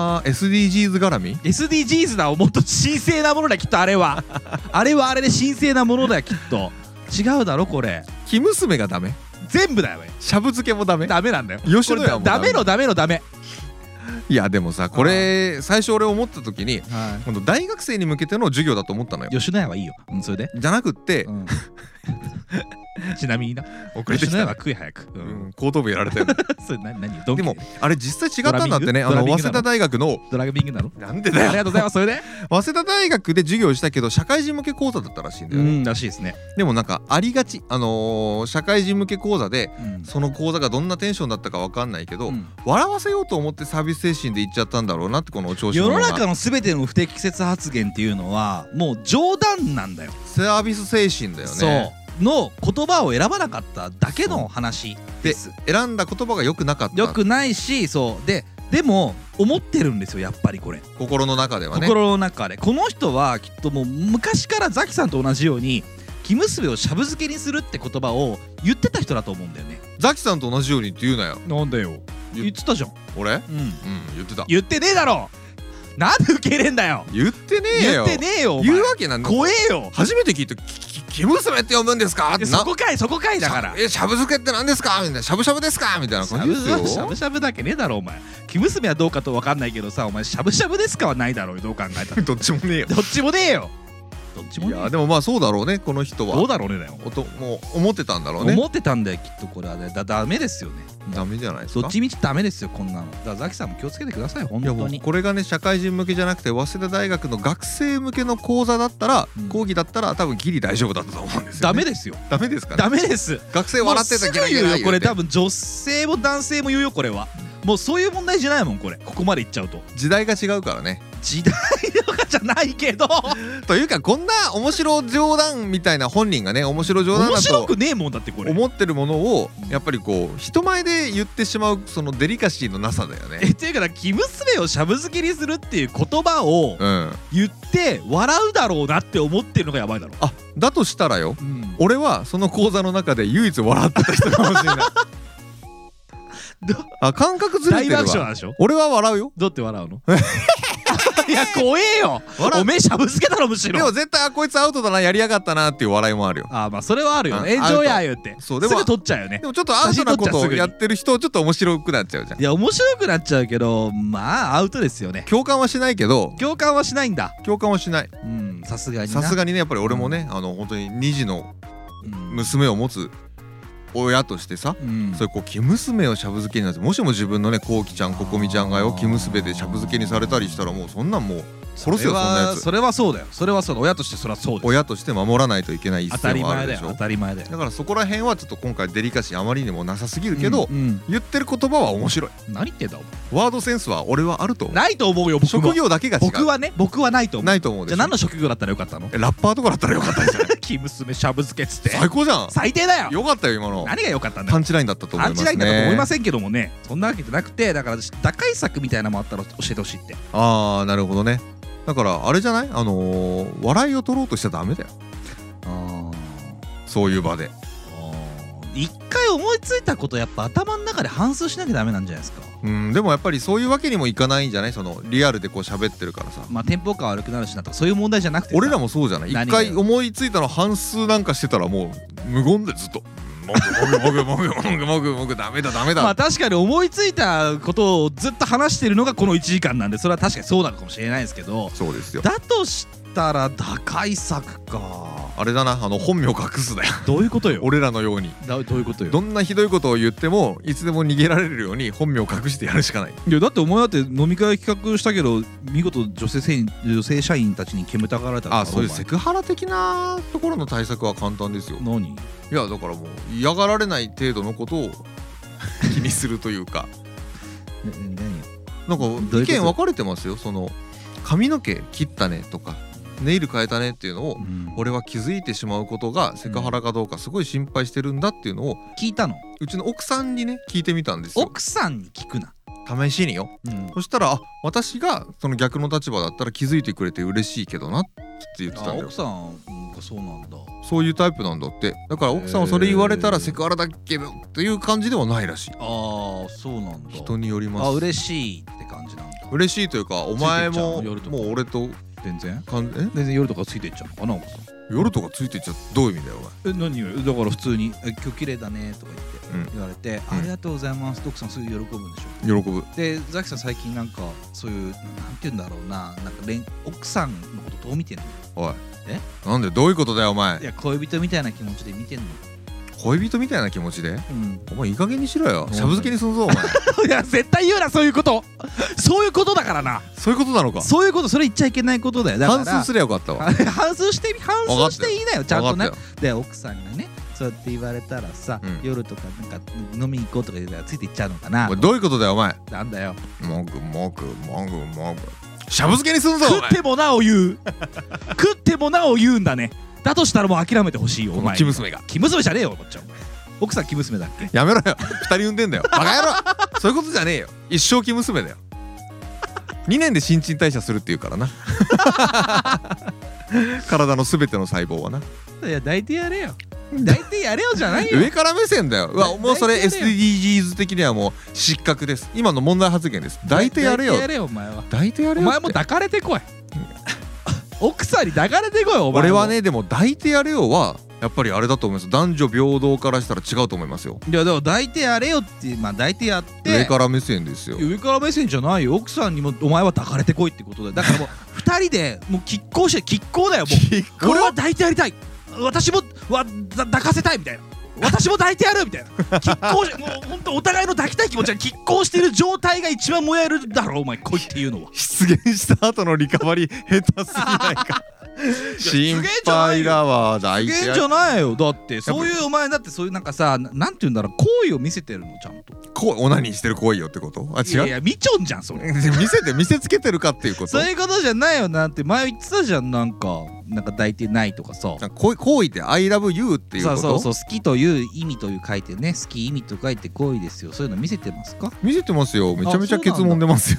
SDGs 絡み SDGs だ。もっと神聖なものだよきっとあれはあれはあれで神聖なものだよきっと。違うだろこれ。 生娘がダメ全部だよね。 しゃぶ漬けもダメダメなんだよ。 吉野家もこれダメのダメのダメ。 いやでもさこれ最初俺思った時には今度大学生に向けての授業だと思ったのよい。吉野家はいいよ。うんそれで。 じゃなくってうんちなみにな。 遅れてきた吉野家は食い早く。 後頭部やられたよそれ何ドンキでもあれ実際違ったんだってねドラミング早稲田大学のドラグビングなの。 なんでだよありがとうございます。それで早稲田大学で授業をしたけど社会人向け講座だったらしいんだよね、 らしいですね。 でもなんかありがち社会人向け講座でうんその講座がどんなテンションだったかわかんないけど、 うん笑わせようと思ってサービス精神で言っちゃったんだろうなってこのお調子世者がの中の全ての不適切発言っていうのはもう冗談なんだよ。 サービス精神だよね。 そうの言葉を選ばなかっただけの話でです。 選んだ言葉が良くなかったよくないしそうでも思ってるんですよやっぱりこれ、 心の中ではね。 心の中でこの人はきっともう昔からザキさんと同じように生娘をしゃぶ漬けにするって言葉を言ってた人だと思うんだよね。 ザキさんと同じようにって言うなよ。 なんだよ言ってたじゃん。 俺うん言ってた。 言ってねえだろ。なんで受け入れんだよ。 言ってねえ言よ。 ってねえよお前。 言うわけなんだ。 怖えよ。 初めて聞いて生娘って呼ぶんですかってそこかいだから。 しゃぶ漬けって何ですかみたいなしゃぶしゃぶですかみたいな感じですよ。 しゃぶしゃぶだけねえだろお前。生娘はどうかと分かんないけどさお前しゃぶしゃぶですかはないだろうよどう考えたら。 どっちもねえよ。 どっちもねえよ。どっちもねえよ。 いやでもまあそうだろうねこの人は。 どうだろうねだよ。 もう思ってたんだろうね。 思ってたんだよきっとこれはね。ダメですよね。 ダメじゃないですか。 どっちみちダメですよこんなの。だからザキさんも気をつけてください本いやもう当に。 これがね社会人向けじゃなくて早稲田大学の学生向けの講座だったら、 うん講義だったら多分ギリ大丈夫だったと思うんですよ、ね。 ダメですよ。 ダメですかね。 ダメです。 学生笑ってたもうすぐ言うよこれ多分分女性も男性も言うよこれは。もうそういう問題じゃないもんこれ。ここまでいっちゃうと時代が違うからね。 時代とかじゃないけどというかこんな面白冗談みたいな本人がね面白冗談面だと白くねえもんだってこれ。 思ってるものをやっぱりこう人前で言ってしまうそのデリカシーのなさだよね。 っていうか生娘をしゃぶ漬けにするっていう言葉をうん。 言って笑うだろうなって思ってるのがやばいだろ。 あだとしたらよ。 うん俺はその講座の中で唯一笑ってた人かもしれない。あ感覚ずれ大てるわ。 爆笑なんでしょ。 俺は笑うよ。 どうやって笑うのいや怖えよ。 笑うおめえしゃぶ漬けだろむしろ。 でも絶対こいつアウトだなやりやがったなっていう笑いもあるよ。 あまあそれはあるよね。 うん炎上や言ってそうですもぐ撮っちゃうよねで。もちょっとアウトなこ写真撮っちゃすぐにとをやってる人ちょっと面白くなっちゃうじゃん。 いや面白くなっちゃうけどまあアウトですよね。 共感はしないけど共感はしないんだ。 共感はしない。 うんさすがにな。 さすがにねやっぱり俺もね本当に2児のうん娘を持つ親としてさ、 うんそういうこう生娘をしゃぶ漬けになってもしも自分のねこうきちゃんここみちゃんがよ生娘でしゃぶ漬けにされたりしたらもうそんなんもう殺すよそんなやつ。 それはそうだよ。それはそうだ。親としてそれはそうだよ。 親として守らないといけない一当たり線はあるでしょ。 前だよ。当たり前だよ。 だからそこら辺はちょっと今回デリカシーあまりにもなさすぎるけど、言ってる言葉は面白い。 何言ってんだお前。 ワードセンスは俺はあると思う。 ないと思うよ僕も。 職業だけが違う。 僕はないと思う。 ないと思うでしょ。 じゃあ何の職業だったらよかったの？ ラッパーとかだったらよかったんじゃない？ 生娘しゃぶ漬けっつって最高じゃん。 最低だよ。 よかったよ今の。 何がよかったんだよ。 パンチラインだったと思いますね。 パンチラインだと思いませんけどもね。そんなわけじゃなくて、だから打開策みたいなのもあったら教えてほしいって。 ああなるほどね。だからあれじゃない、笑いを取ろうとしちゃダメだよ。そういう場で一回思いついたことやっぱ頭の中で反芻しなきゃダメなんじゃないですか。 でもやっぱりそういうわけにもいかないんじゃない。そのリアルでこう喋ってるからさ。 まあテンポ感悪くなるしなとかそういう問題じゃなくてさ、 俺らもそうじゃない。一回思いついたの半数なんかしてたらもう無言でずっともぐダメだ。 まあ確かに思いついたことをずっと話してるのがこの1時間なんで、それは確かにそうなのかもしれないですけど。 そうですよ。 だとしたら打開策か。 あれだな、本名隠すだよ。 どういうことよ。 俺らのようにどういうことよ。 どんなひどいことを言ってもいつでも逃げられるように本名を隠してやるしかない。 いやだってお前だって飲み会企画したけど見事女性社員たちに煙たがられたから。 あ、そういうセクハラ的なところの対策は簡単ですよ。 何？ いやだからもう嫌がられない程度のことを気にするというかなんか意見分かれてますよ。その髪の毛切ったねとかネイル変えたねっていうのを、俺は気づいてしまうことがセクハラかどうかすごい心配してるんだっていうのを聞いたの。 うちの奥さんにね聞いてみたんですよ。 奥さんに聞くな。 試しによ、そしたら私がその逆の立場だったら気づいてくれて嬉しいけどなって言ってたんだよ。 奥さんがそうなんだ。 そういうタイプなんだって。だから奥さんはそれ言われたらセクハラだっけどっていう感じではないらしい。 ああそうなんだ。 人によります。 あ、嬉しいって感じなんだ。 嬉しいというかお前ももう俺と全然夜とかついていっちゃうのかな奥さん。 夜とかついていっちゃうどういう意味だよお前。 何よ。だから普通に今日綺麗だねとか言われて、ありがとうございます。奥さんすぐ喜ぶんでしょ。 喜ぶ。 でザキさん最近なんかそういうなんて言うんだろうな、なんか奥さんのことどう見てんの。 おいなんでどういうことだよお前。 いや恋人みたいな気持ちで見てんの。 恋人みたいな気持ちで、お前いい加減にしろよ。しゃぶ漬けにすんぞお前。 いや絶対言うなそういうこと。そういうことだからな。 そういうことなのか。 そういうこと、それ言っちゃいけないことだよ。だから反芻すりゃよかったわ。 反芻していいなよちゃんとね。で奥さんがねそうやって言われたらさ、夜とかなんか飲みに行こうとか言ったらついていっちゃうのかな。 どういうことだよお前。 なんだよ。 もぐしゃぶ漬けにすんぞお前。 食ってもなお言うんだね。だとしたらもう諦めてほしいよお前。 生娘が。 生娘じゃねえよこっちは。奥さん生娘だっけ。 やめろよ。2人産んでんだよバカ野郎。そういうことじゃねえよ。一生生娘だよ。2年で新陳代謝するっていうからな。体の全ての細胞はな。 いや抱いてやれよじゃないよ。 上から目線だよ。うわもうそれ SDGs 的にはもう失格です。今の問題発言です。抱いてやれよ。 お前は。 抱いてやれよ。 お前も抱かれてこい。奥さんに抱かれてこいお前。 俺はねでも抱いてやれよはやっぱりあれだと思います。男女平等からしたら違うと思いますよ。 いやでも抱いてやれよってまあ抱いてやって上から目線ですよ。 上から目線じゃないよ。奥さんにもお前は抱かれてこいってことだよ。だからもう2人でもう拮抗だよもう。俺は抱いてやりたい、私も抱かせたいみたいな、私も抱いてやるみたいな拮抗してもうほんとお互いの抱きたい気持ちが拮抗している状態が一番燃えるだろお前恋っていうのは。 出現した後のリカバリー下手すぎないか。心配だわ。 抱いてやるじゃないよ。だってそういうお前だってそういうなんかさなんて言うんだろう、行為を見せてるのちゃんと。 オナニーしてる行為よってこと。あ違う。 いやみちょんじゃんそれ。 見せつけてるかっていうこと。 そういうことじゃないよなって前言ってたじゃん。なんか抱いてないとかさ。 行為って I love you っていうこと。 そう好きという意味という書いてね、好き意味と書いて行為ですよ。そういうの見せてますか。 見せてますよ。めちゃめちゃケツ揉んでますよ。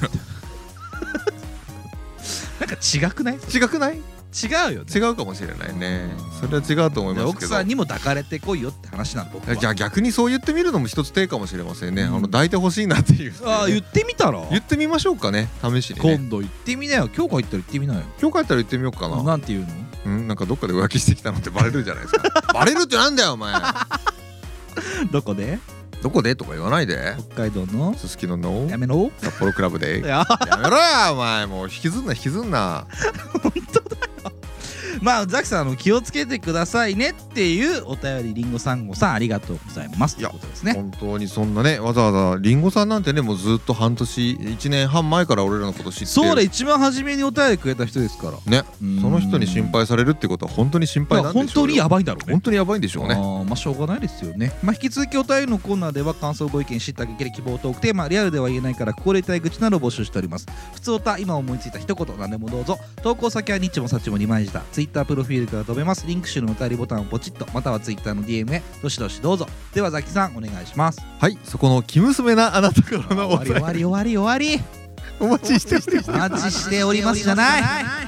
なんか違くない？ 違くない？ 違うよね。 違うかもしれないね。それは違うと思いますけど。 奥さんにも抱かれてこいよって話なの僕は。 じゃあ逆にそう言ってみるのも一つ手かもしれませんね。抱いてほしいなっていう。 ああ言ってみたら。 言ってみましょうかね。試しにね。 今度言ってみなよ。今日帰ったら言ってみなよ。 今日帰ったら言ってみようかな。 なんて言うの？ なんかどっかで浮気してきたのってバレるじゃないですか。バレるってなんだよお前。 どこでとか言わないで。 北海道のすすきののやめろ札幌クラブで。 やめろやお前。もう引きずんな。 本当だよ。 まあザキさん気をつけてくださいねっていうお便り、りんごさんごさんありがとうございますということですね。 本当にそんなね、わざわざりんごさんなんてね、もうずっと半年1年半前から俺らのこと知ってる。 そうだ、一番初めにお便りくれた人ですからね。その人に心配されるってことは本当に心配なんでしょうよ。 本当にやばいんだろうね。 本当にやばいんでしょうね。 まあしょうがないですよね。まあ引き続きお便りのコーナーでは感想ご意見、知った激励希望トークテーマ、リアルでは言えないからここで言いたい愚痴などを募集しております。普通歌、今思いついた一言何でもどうぞ。投稿先はニッチもサッチも二枚舌、ツイッタープロフィールから飛べます。リンク集のお便りボタンをポチッと、またはツイッターの DM へどしどしどうぞ。ではザキさんお願いします。 はい、そこの生娘なあなたからのお便り終わりお待ちしてお待ちしておりますじゃない。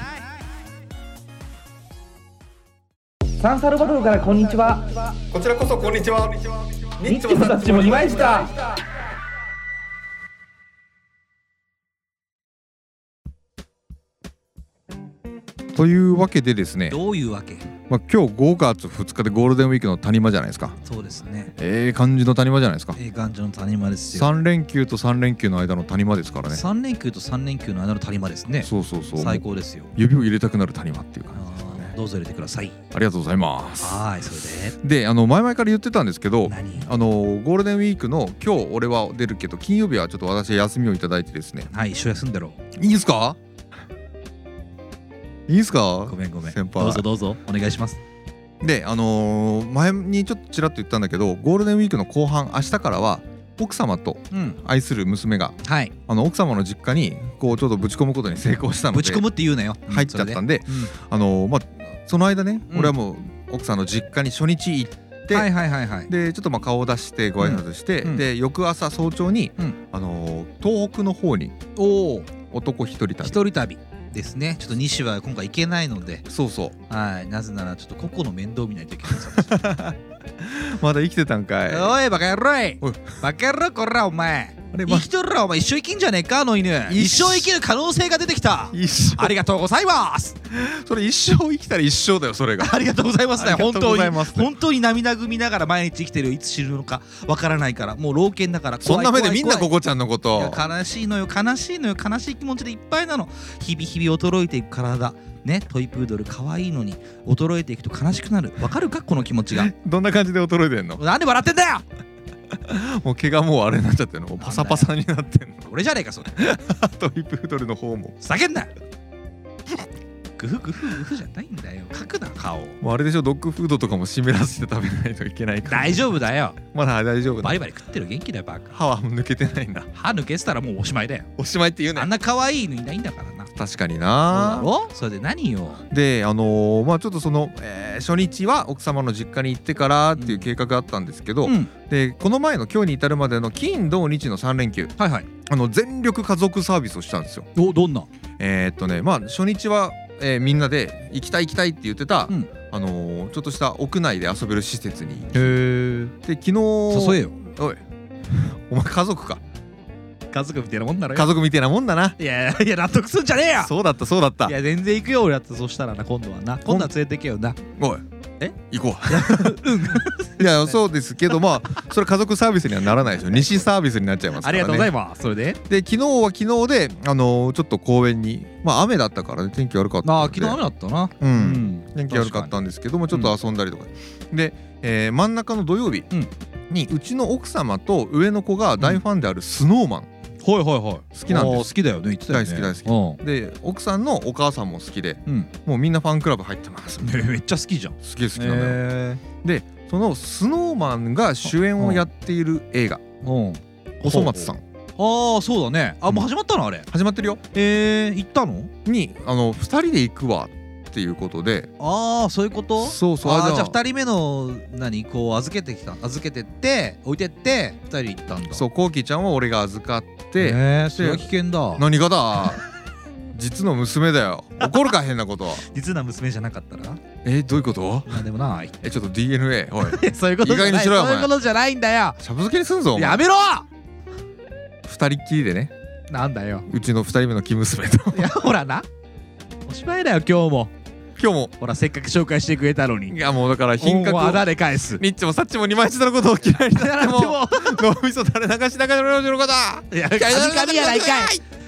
サンサルバドルからこんにちは。 こちらこそこんにちは。 ニッチもサッチも二枚舌。 というわけでですね、 どういうわけ？ 今日5月2日でゴールデンウィークの谷間じゃないですか。 そうですね。 感じの谷間じゃないですか。 感じの谷間ですよ。 3連休と3連休の間の谷間ですからね。 3連休と3連休の間の谷間ですね。 そう最高ですよ。 指を入れたくなる谷間っていう感じですかね。 どうぞ入れてください。 ありがとうございます。 はい、それで前々から言ってたんですけど、 何？ ゴールデンウィークの今日俺は出るけど、金曜日はちょっと私休みをいただいてですね。 はい、一緒休んだろう。 いいですか？いいですか？ ごめん先輩。 どうぞお願いします。 で前にちょっとちらっと言ったんだけど、ゴールデンウィークの後半、明日からは奥様と愛する娘が、 はい、 奥様の実家にこうちょっとぶち込むことに成功したので、 ぶち込むって言うなよ。 入っちゃったんで、その間ね、俺はもう奥さんの実家に初日行って、でちょっと顔を出してご挨拶して、で翌朝早朝に、東北の方に男一人旅ですね。ちょっと西は今回行けないので、はい、なぜならちょっとココの面倒見ないといけない。 まだ生きてたんかい。 おいバカ野郎い、バカ野郎こらお前、生きとるらお前、一生生きんじゃねえかあの犬。一生生きる可能性が出てきた。ありがとうございます。 それ一生生きたら一生だよ、それが。 ありがとうございますね。本当に涙ぐみながら毎日生きてるよ。いつ死ぬのかわからないから、もう老犬だから。 そんな目でみんなココちゃんのこと。 悲しいのよ、悲しい気持ちでいっぱいなの。日々衰えていく体ね、トイプードル可愛いのに衰えていくと悲しくなる。わかるかこの気持ちが。 どんな感じで衰えてんの？ なんで笑ってんだよ。 もう毛がもうあれになっちゃってるの、パサパサになってんの。 俺じゃねえかそれ。 トイプードルの方も叫んな。グフじゃないんだよ。描くな顔。 もうあれでしょ、ドッグフードとかも湿らせて食べないといけないから。 大丈夫だよ。 まだ大丈夫だ。 バリバリ食ってる、元気だよバカ。 歯は抜けてないんだ。 歯抜けてたらもうおしまいだよ。 おしまいって言うね。 あんな可愛い犬いないんだからな。 確かにな。 それで何よ。 でちょっとその、初日は奥様の実家に行ってからっていう計画があったんですけど、でこの前の今日に至るまでの金土日の3連休、全力家族サービスをしたんですよ。 どんな？ 初日はみんなで行きたいって言ってた、ちょっとした屋内で遊べる施設に。で昨日誘えよ。 おいお前家族か。 家族みたいなもんだろ。 家族みたいなもんだな。 いや納得すんじゃねえよ。 そうだったいや全然行くよ俺だって。そしたらな、今度は連れてけよな。 おい行こう。いやそうですけど、それ家族サービスにはならないでしょ。西サービスになっちゃいますからね。 ありがとうございます。それで昨日は昨日でちょっと公園に、雨だったからね、天気悪かったんで。 昨日雨だったな。 天気悪かったんですけども、ちょっと遊んだりとかで、真ん中の土曜日にうちの奥様と上の子が大ファンであるスノーマン好きなんです。 好きだよね、言ってたよね。 大好きで、奥さんのお母さんも好きで、もうみんなファンクラブ入ってます。 めっちゃ好きじゃん。 好きなんだよ。でそのスノーマンが主演をやっている映画、おそ松さん。 そうだね。もう始まったのあれ。 始まってるよ。 行ったのに 2人で行くわっていうことで。 そういうこと？ そうじゃあ2人目のこう預けてって置いてって2人で行ったんだ。 そう、コウキちゃんは俺が預かって、 それは危険だ。 何がだ。実の娘だよ。怒るか変なこと。 実の娘じゃなかったら？ どういうこと？ なんでもない。 ちょっと DNA。おいそういうことじゃない。 意外にしろよお前。 そういうことじゃないんだよ。 しゃぶ漬けにすんぞお前。 やめろ。 2人っきりでね。 なんだよ。 うちの2人目の生娘と。 いやほらな、おしまいだよ今日も。ほらせっかく紹介してくれたのに。 いやもうだから品格をあだで返す。 ニッチもサッチも二枚舌のことを嫌いになっても脳みそ垂れ流しながらのこと。 いや神々やないかい。神々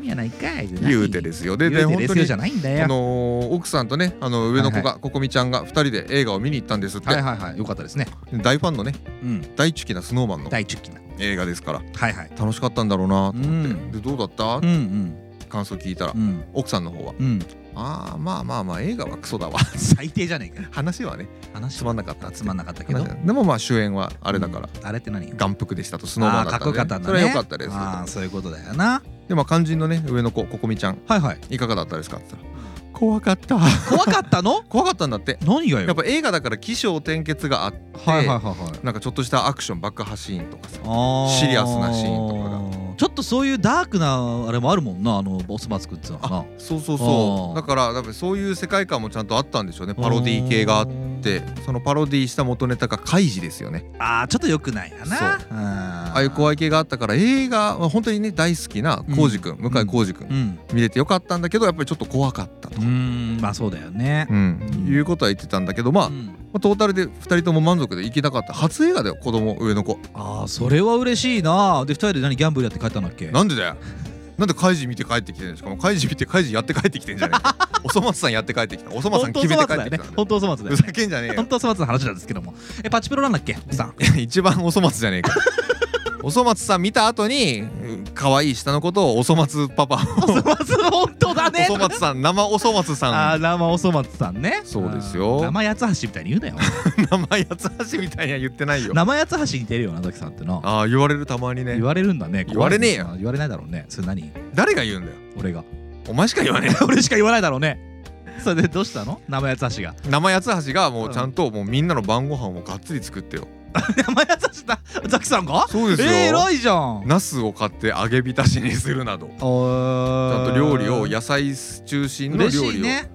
みやないかい言うてですよ。で言うて本当にですよじゃないんだよ。 奥さんとね上の子がここみちゃんが2人で映画を見に行ったんですって。 はいはいはい、よかったですね。 大ファンのね大チュキなスノーマンの大チュキな映画ですからはいはい楽しかったんだろうなと思って。でどうだった感想聞いたら奥さんの方はまあ映画はクソだわ最低じゃねえか。 話はねつまんなかったけど、 でもまあ主演はあれだからあれって何眼福でしたとスノーマンだったんで、 かっこよかったんだね。 それは良かったです。 そういうことだよな。 で肝心のね上の子ここみちゃんいかがだったですかって言ったら怖かった怖かったの怖かったんだって。 何がよ。 やっぱ映画だから起承転結があってなんかちょっとしたアクション爆破シーンとかさシリアスなシーンとかがちょっとそういうダークなあれもあるもんなおそ松くんってのはな。 そうだから多分そういう世界観もちゃんとあったんでしょうね。パロディ系があってそのパロディした元ネタがカイジですよね。 ちょっと良くないやな。 ああいう怖い系があったから映画本当にね大好きな浩司くん向井浩司くん見れてよかったんだけどやっぱりちょっと怖かったとまあそうだよねいうことは言ってたんだけどトータルで2人とも満足で行きたかった初映画だよ子供上の子。 それは嬉しいな。で2人で何ギャンブルやって帰ったんだっけ。 なんでだよ。なんでカイジ見て帰ってきてるんですか。もうカイジ見てカイジやって帰ってきてんじゃねえかおそ松さんやって帰ってきた。おそ松さん決めて帰ってきた。 本当おそ松だよ。 ふざけんじゃねえよ。 本当おそ松の話なんですけどもパチプロなんだっけ奥さん一番おそ松じゃねえかおそ松さん見た後に可愛い下のことをおそ松パパおそ松本当だね。 おそ松さん生おそ松さん生おそ松さんね。 そうですよ。 生八つ橋みたいに言うなよ生八つ橋みたいには言ってないよ。 生八つ橋似てるよなザキさんってな。 言われるたまにね。 言われるんだね。 言われねえよ。 言われないだろうね。それ何誰が言うんだよ。 俺が。 お前しか言わねえ俺しか言わないだろうね。それでどうしたの生八つ橋が。 生八つ橋がもうちゃんともうみんなの晩ご飯をがっつり作ってよ。 生八つ橋だザキさんが。 そうですよ。 偉いじゃん。 ナスを買って揚げ浸しにするなどちゃんと料理を野菜中心の料理を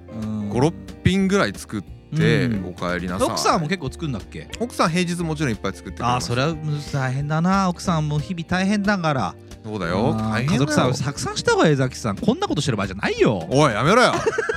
56品ぐらい作ってお帰りなさい。 奥さんも結構作るんだっけ。 奥さん平日もちろんいっぱい作ってくれます。 それは大変だな。奥さんも日々大変だから。 そうだよ。大変だよ。 家族さんたくさんした方がいいザキさん。こんなことしてる場合じゃないよ。 おいやめろよ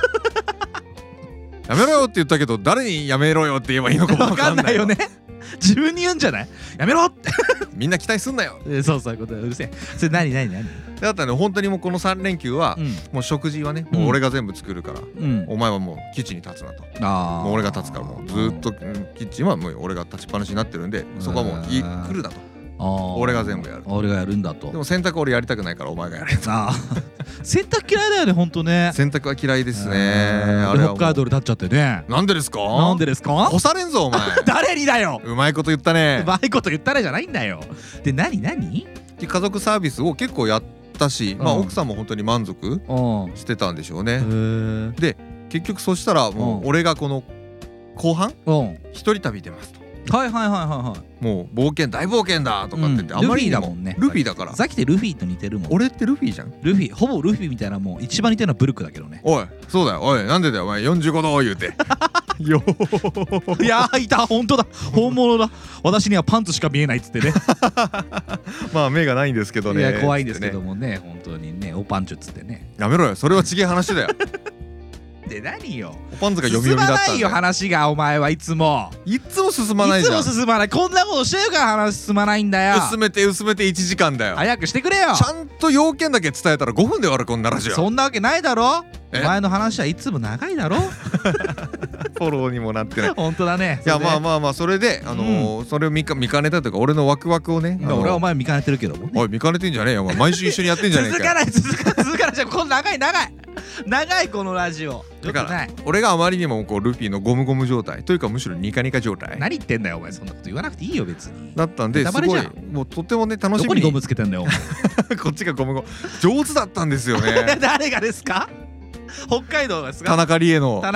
やめろよって言ったけど誰にやめろよって言えばいいのか分かんないよね。 自分に言うんじゃない。やめろってみんな期待すんなよ。 そういうことうるせえ。それ何だったらね本当にもうこの3連休はもう食事はねもう俺が全部作るからお前はもうキッチンに立つなと。もう俺が立つからもうずっとキッチンはもう俺が立ちっぱなしになってるんでそこはもう来るなと。俺が全部やる。 俺がやるんだと。 でも洗濯俺やりたくないからお前がやれと。 洗濯嫌いだよねほんとね。 洗濯は嫌いですね。 あれ北海道で立っちゃってね。 なんでですか。干されんぞお前誰にだよ。 うまいこと言ったね。 うまいこと言ったねじゃないんだよ。で何家族サービスを結構やったし奥さんも本当に満足してたんでしょうね。で結局そしたらもう俺がこの後半一人旅出ますと。もう冒険大冒険だとかって言ってあまりにもルフィだもんね。ルフィだからザキってルフィと似てるもん。 俺ってルフィじゃん。 ルフィほぼルフィみたいなもう一番似てるのはブルックだけどね。 おいそうだよ。おいなんでだよお前45度言うてよいやいた本当だ本物だ。私にはパンツしか見えないっつってねまあ目がないんですけどね。 いや怖いんですけどもね本当にねおパンチュっつってね。 やめろよそれは違え話だよで何よおパンツが読み読みだったんだよ。 進まないよ話がお前はいつも進まないじゃん。 いつも進まない。こんなことしてるから話進まないんだよ。 薄めて1時間だよ。 早くしてくれよ。 ちゃんと要件だけ伝えたら5分で終わるこんなラジオ。 そんなわけないだろ。お前の話はいつも長いだろフォローにもなってない本当だね。 いやまあそれでそれを見かねたというか俺のワクワクをね俺はお前見かねてるけどもおい見かねてんじゃねえよ毎週一緒にやってんじゃねえか。 続かないじゃんこの長いこのラジオ。 だから俺があまりにもこうルフィのゴムゴム状態というかむしろニカニカ状態何言ってんだよお前。そんなこと言わなくていいよ別に。 だったんですごいもうとってもね楽しみに。 どこにゴムつけてんだよこっちがゴムゴム上手だったんですよね誰がですか。北海道ですか。 田中理恵の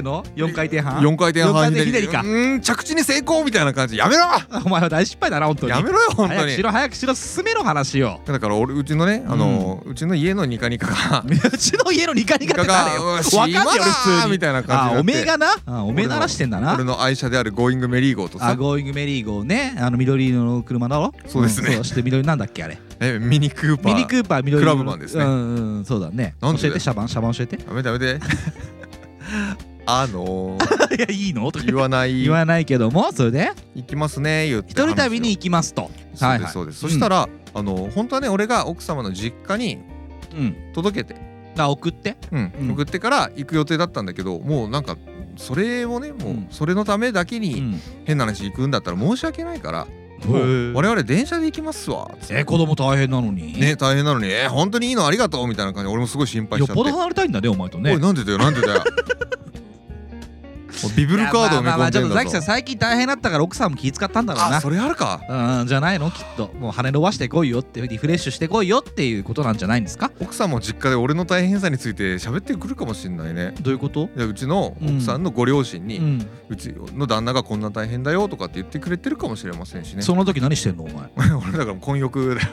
4回転半 4回転半ひねりか。 着地に成功みたいな感じ。やめろお前は大失敗だな本当に。 やめろよ本当に。 早くしろ進めろ話を。 だからうちのねうちの家のニカニカがうちの家のニカニカって誰よ。わかんねえよ普通にみたいな感じで。 おめえがなおめえ鳴らしてんだな。 俺の愛車であるゴーイングメリーゴーとさ。 ゴーイングメリーゴーね緑色の車だろ。 そうですね。 そして緑なんだっけあれ。 ミニクーパー緑クラブマンですね。 そうだね。教えてシャバン教えて。 やめていやいいのと言わないけどもそれで行きますね言って一人旅に行きますと。 そうです。そしたら本当はね俺が奥様の実家に届けて、 送って送ってから行く予定だったんだけど、もうなんかそれをね、もうそれのためだけに変な話行くんだったら申し訳ないから、もう我々電車で行きますわ。 子供大変なのにね、大変なのに本当にいいのありがとうみたいな感じで、俺もすごい心配しちゃって。 よっぽど離れたいんだねお前とね。 おいなんでだよビブルカードを埋め込んでんだぞ。 ちょっとザキさん最近大変だったから奥さんも気遣ったんだろうな。 それあるか。 じゃないの、きっと。もう羽伸ばしてこいよって、リフレッシュしてこいよっていうことなんじゃないんですか。 奥さんも実家で俺の大変さについて喋ってくるかもしれないね。 どういうこと？ うちの奥さんのご両親に、うちの旦那がこんな大変だよとかって言ってくれてるかもしれませんしね。 その時何してんのお前。 俺だから混浴だよ。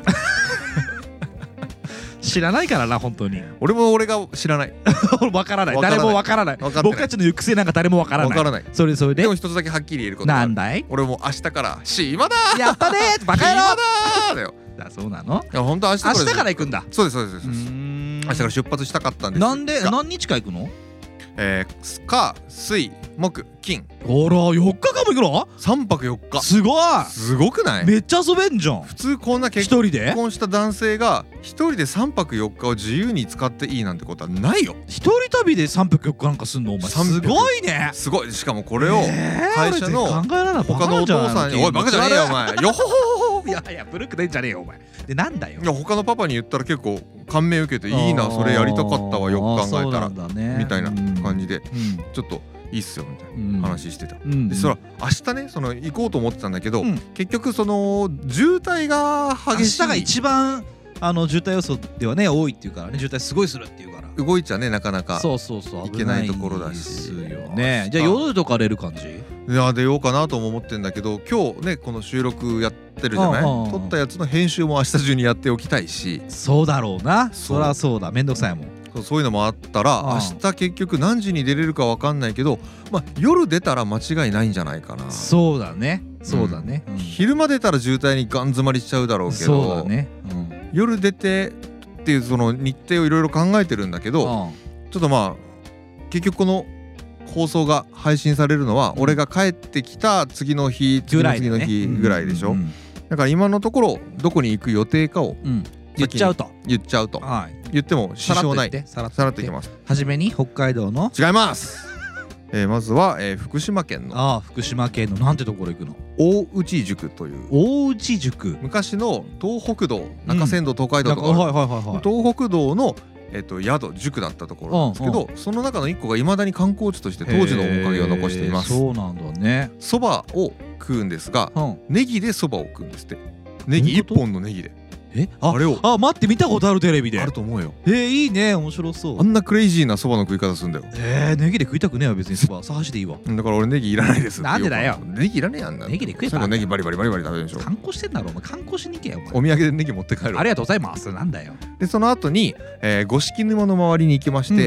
知らないからな本当に。 俺が知らない。 わからない。誰もわからない。僕たちの行く末なんか誰もわからない。 わからない。 それで。 でも一つだけはっきり言えること。 なんだい？ 俺も明日から今だー。 やったねー。バカ野郎だよ。 そうなの？ いや本当明日から行くんだ。 そうです。明日から出発したかったんです。 なんで何日か行くの？ 火水木金。 ほら4日間も行くの ？3泊4日。 すごい。 すごくない？ めっちゃ遊べんじゃん。 普通こんな結婚した男性が一人で3泊4日を自由に使っていいなんてことはないよ。 一人旅で3泊4日なんかすんのお前。すごいね。 すごい。しかもこれを会社の他のお父さんに、おいバカじゃねえよお前、よほほほ。 いや古くねえんじゃねえよお前。でなんだよ。 いや他のパパに言ったら結構感銘受けて、いいなそれやりたかったわよく考えたらみたいな感じで、ちょっといいっすよみたいな話してた。でそら明日ね、その行こうと思ってたんだけど、結局その渋滞が激しい。 明日が一番渋滞予想ではね多いっていうからね。渋滞すごいするっていうから、 動いちゃねなかなかいけないところだしね。じゃあ夜とか出る感じ？ いや出ようかなとも思ってんだけど、今日ねこの収録やってるじゃない。撮ったやつの編集も明日中にやっておきたいし。 そうだろうな。そりゃそうだ。めんどくさいもん。 そういうのもあったら明日結局何時に出れるか分かんないけど、夜出たら間違いないんじゃないかな。 そうだね。 昼間出たら渋滞にガン詰まりしちゃうだろうけど、 そうだね。 夜出てっていうその日程をいろいろ考えてるんだけど、ちょっと結局この放送が配信されるのは俺が帰ってきた次の日次の日ぐらいでしょ。だから今のところどこに行く予定かを言っちゃうと。 言っても支障ない。さらっといきます。 はじめに北海道の。 違います。まずは福島県の。 福島県のなんてところ行くの？ 大内宿という。 大内宿。 昔の東北道、中山道、東海道とか東北道の宿塾だったところなんですけど、その中の一個がいまだに観光地として当時の面影を残しています。 そうなんだね。 そばを食うんですが、ネギでそばを食うんですって。ネギ1本のネギで。あれを待って見たことあるテレビで。 あると思うよ。 いいね、面白そう。 あんなクレイジーなそばの食い方するんだよ。 ネギで食いたくねえわ別に。そば探しでいいわ。 だから俺ネギいらないです。 なんでだよ。 ネギいらねえやんな。 ネギで食えば。 ネギバリバリ食べるでしょ。 観光してんだろお前。観光しに行けよお前。 お土産でネギ持って帰る。 ありがとうございます。なんだよ。 でその後に五色沼の周りに行きまして、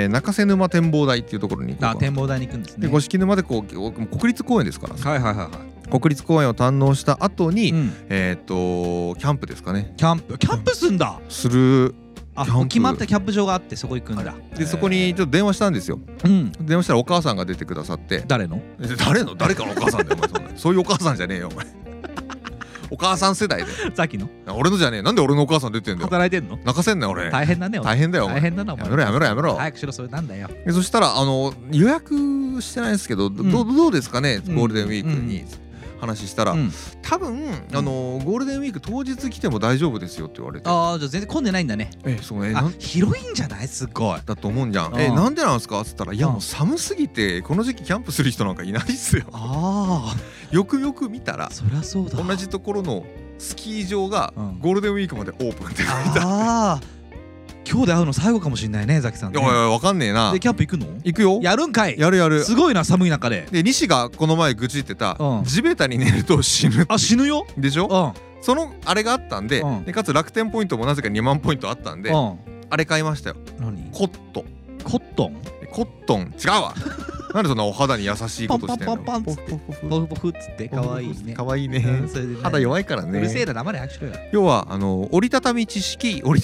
中瀬沼展望台っていうところに行こう。 展望台に行くんですね。 で五色沼で国立公園ですから。国立公園を堪能した後にキャンプですかね。 キャンプすんだ。 する。 決まったキャンプ場があってそこ行くんだ。 でそこにちょっと電話したんですよ。電話したらお母さんが出てくださって。 誰かのお母さんだよお前。そういうお母さんじゃねえよお前。お母さん世代で。 さっきの俺のじゃねえ。なんで俺のお母さん出てんだよ。 働いてんの？ 泣かせんなよ俺。 大変だね。 大変だよ。 大変だなお前。 やめろ。 早くしろ。それなんだよ。 そしたら予約してないですけどどうですかね、ゴールデンウィークに話したら、多分ゴールデンウィーク当日来ても大丈夫ですよって言われて。 じゃあ全然混んでないんだね。 そうね。 広いんじゃない？すごいだと思うんじゃん。なんでなんすかっつったら、いやもう寒すぎてこの時期キャンプする人なんかいないっすよ。よくよく見たらそりゃそうだ。 同じところのスキー場がゴールデンウィークまでオープンって書いてある。 今日で会うの最後かもしれないね、ザキさんね。 わかんねえな。 でキャンプ行くの？ 行くよ。 やるんかい。 やる。 すごいな、寒い中で。 で西がこの前愚痴ってた地べたに寝ると死ぬ。 死ぬよ。 でしょ。そのあれがあったんで、かつ楽天ポイントもなぜか2万ポイントあったんで、あれ買いましたよ。 何？ コットン違うわ。なんでそんなお肌に優しいことしてんの？ パンっつってポフっつってかわいいね。 かわいいね。肌弱いからね。 うるせえな、黙れ早くしろよ。 要は折りたたみ式ベ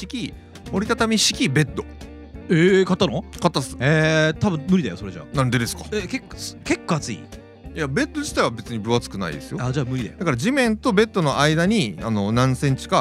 ッド。 買ったの？ 買ったっす。 多分無理だよそれじゃ。 なんでですか？ 結構暑い。 いやベッド自体は別に分厚くないですよ。 じゃあ無理だよ。 だから地面とベッドの間に何センチか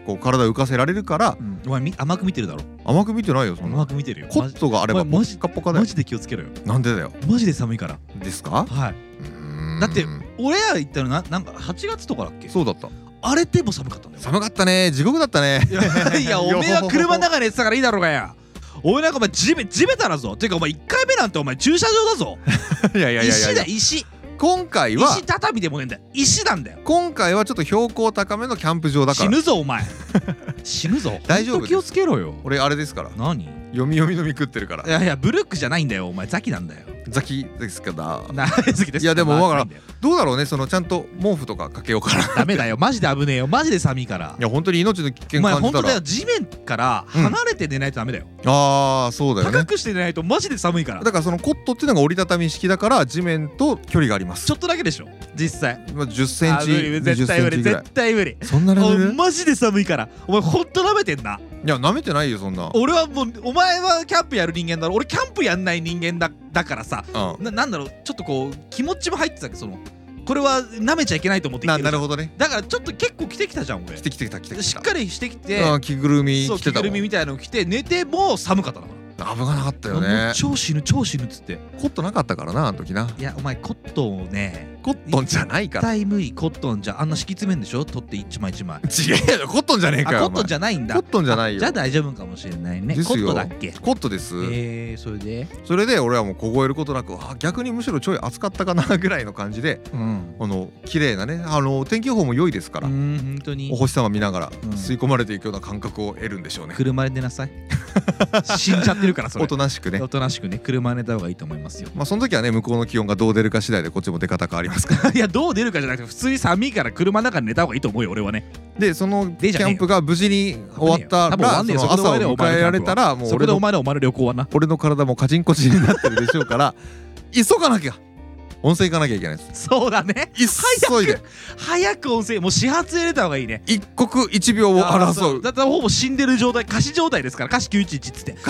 こう体浮かせられるから、 お前甘く見てるだろ。 甘く見てないよそんな。 甘く見てるよ。 コットがあればポマジッカポカだよ。 マジで気をつけろよ。 なんでだよ。 マジで寒いから。 ですか？ はい。だって俺ら行ったのなんか8月とかだっけ？ そうだった。 あれでも寒かったんだよ。 寒かったね。地獄だったね。 いやおめえは車の中で寝てたからいいだろうがや。お前なんかお前地べたらぞ。てかお前1回目なんてお前駐車場だぞ。 いやいやいやいや。 石だ石。 今回は石畳でもねえんだよ。石なんだよ。 今回はちょっと標高高めのキャンプ場だから。 死ぬぞお前。死ぬぞ。 大丈夫です。 気をつけろよ。 俺あれですから。 何？ 読み飲み食ってるから。 いやいやブルックじゃないんだよ。お前ザキなんだよ。 ザキですかだ。 ザキです。 いやでもだからどうだろうね。そのちゃんと毛布とかかけようかな。 ダメだよ。マジで危ねえよ。マジで寒いから。 いや本当に命の危険お前感じたら。 本当だよ。地面から離れて寝ないとダメだよ。 ああそうだよね。 高くして寝ないとマジで寒いから。 だからそのコットっていうのが折りたたみ式だから地面と距離があります。 ちょっとだけでしょ実際。 10センチ絶対無理絶対無理。 そんなレベル？ マジで寒いから。お前ほんと舐めてんな。 いや舐めてないよそんな。 俺はもうお前はキャンプやる人間だろ。俺キャンプやんない人間だからさ、なんだろうちょっとこう気持ちも入ってたけど、そのこれは舐めちゃいけないと思って言ってる。 なるほどね。 だからちょっと結構着てきたじゃん俺。 着てきたしっかりしてきて、 着ぐるみ着てたもん。 着ぐるみみたいなの着て寝ても寒かったから。 危なかったよね。 もう超死ぬっつって。 コットなかったからなあの時な。 いやお前コットンをね、 コットンじゃないから。 絶対無理。コットンじゃあんな敷き詰めんでしょ、取って一枚一枚。 違えよコットンじゃねえかよ。 コットンじゃないんだ。 コットンじゃないよ。 じゃあ大丈夫かもしれないね。コットだっけ？ コットです。それで俺はもう凍えることなく、逆にむしろちょい暑かったかなぐらいの感じで、綺麗なね天気予報も良いですから、 本当にお星様見ながら吸い込まれていくような感覚を得るんでしょうね。 車で寝なさい。死んじゃってるからそれ。 おとなしくね。 おとなしくね、車寝た方がいいと思いますよ。 まあその時はね向こうの気温がどう出るか次第でこっちも出方変わりますから。 いやどう出るかじゃなくて普通に寒いから車の中で寝た方がいいと思うよ俺はね。 でそのキャンプが無事に終わったら、その朝を迎えられたらもうそこでお前の旅行はな。 俺の体もカチンコチンになってるでしょうから急がなきゃ。温泉行かなきゃいけないです。 そうだね。 急いで早く温泉、もう始発入れた方がいいね。 一刻一秒を争う。 だってほぼ死んでる状態、仮死状態ですから。仮死911っつって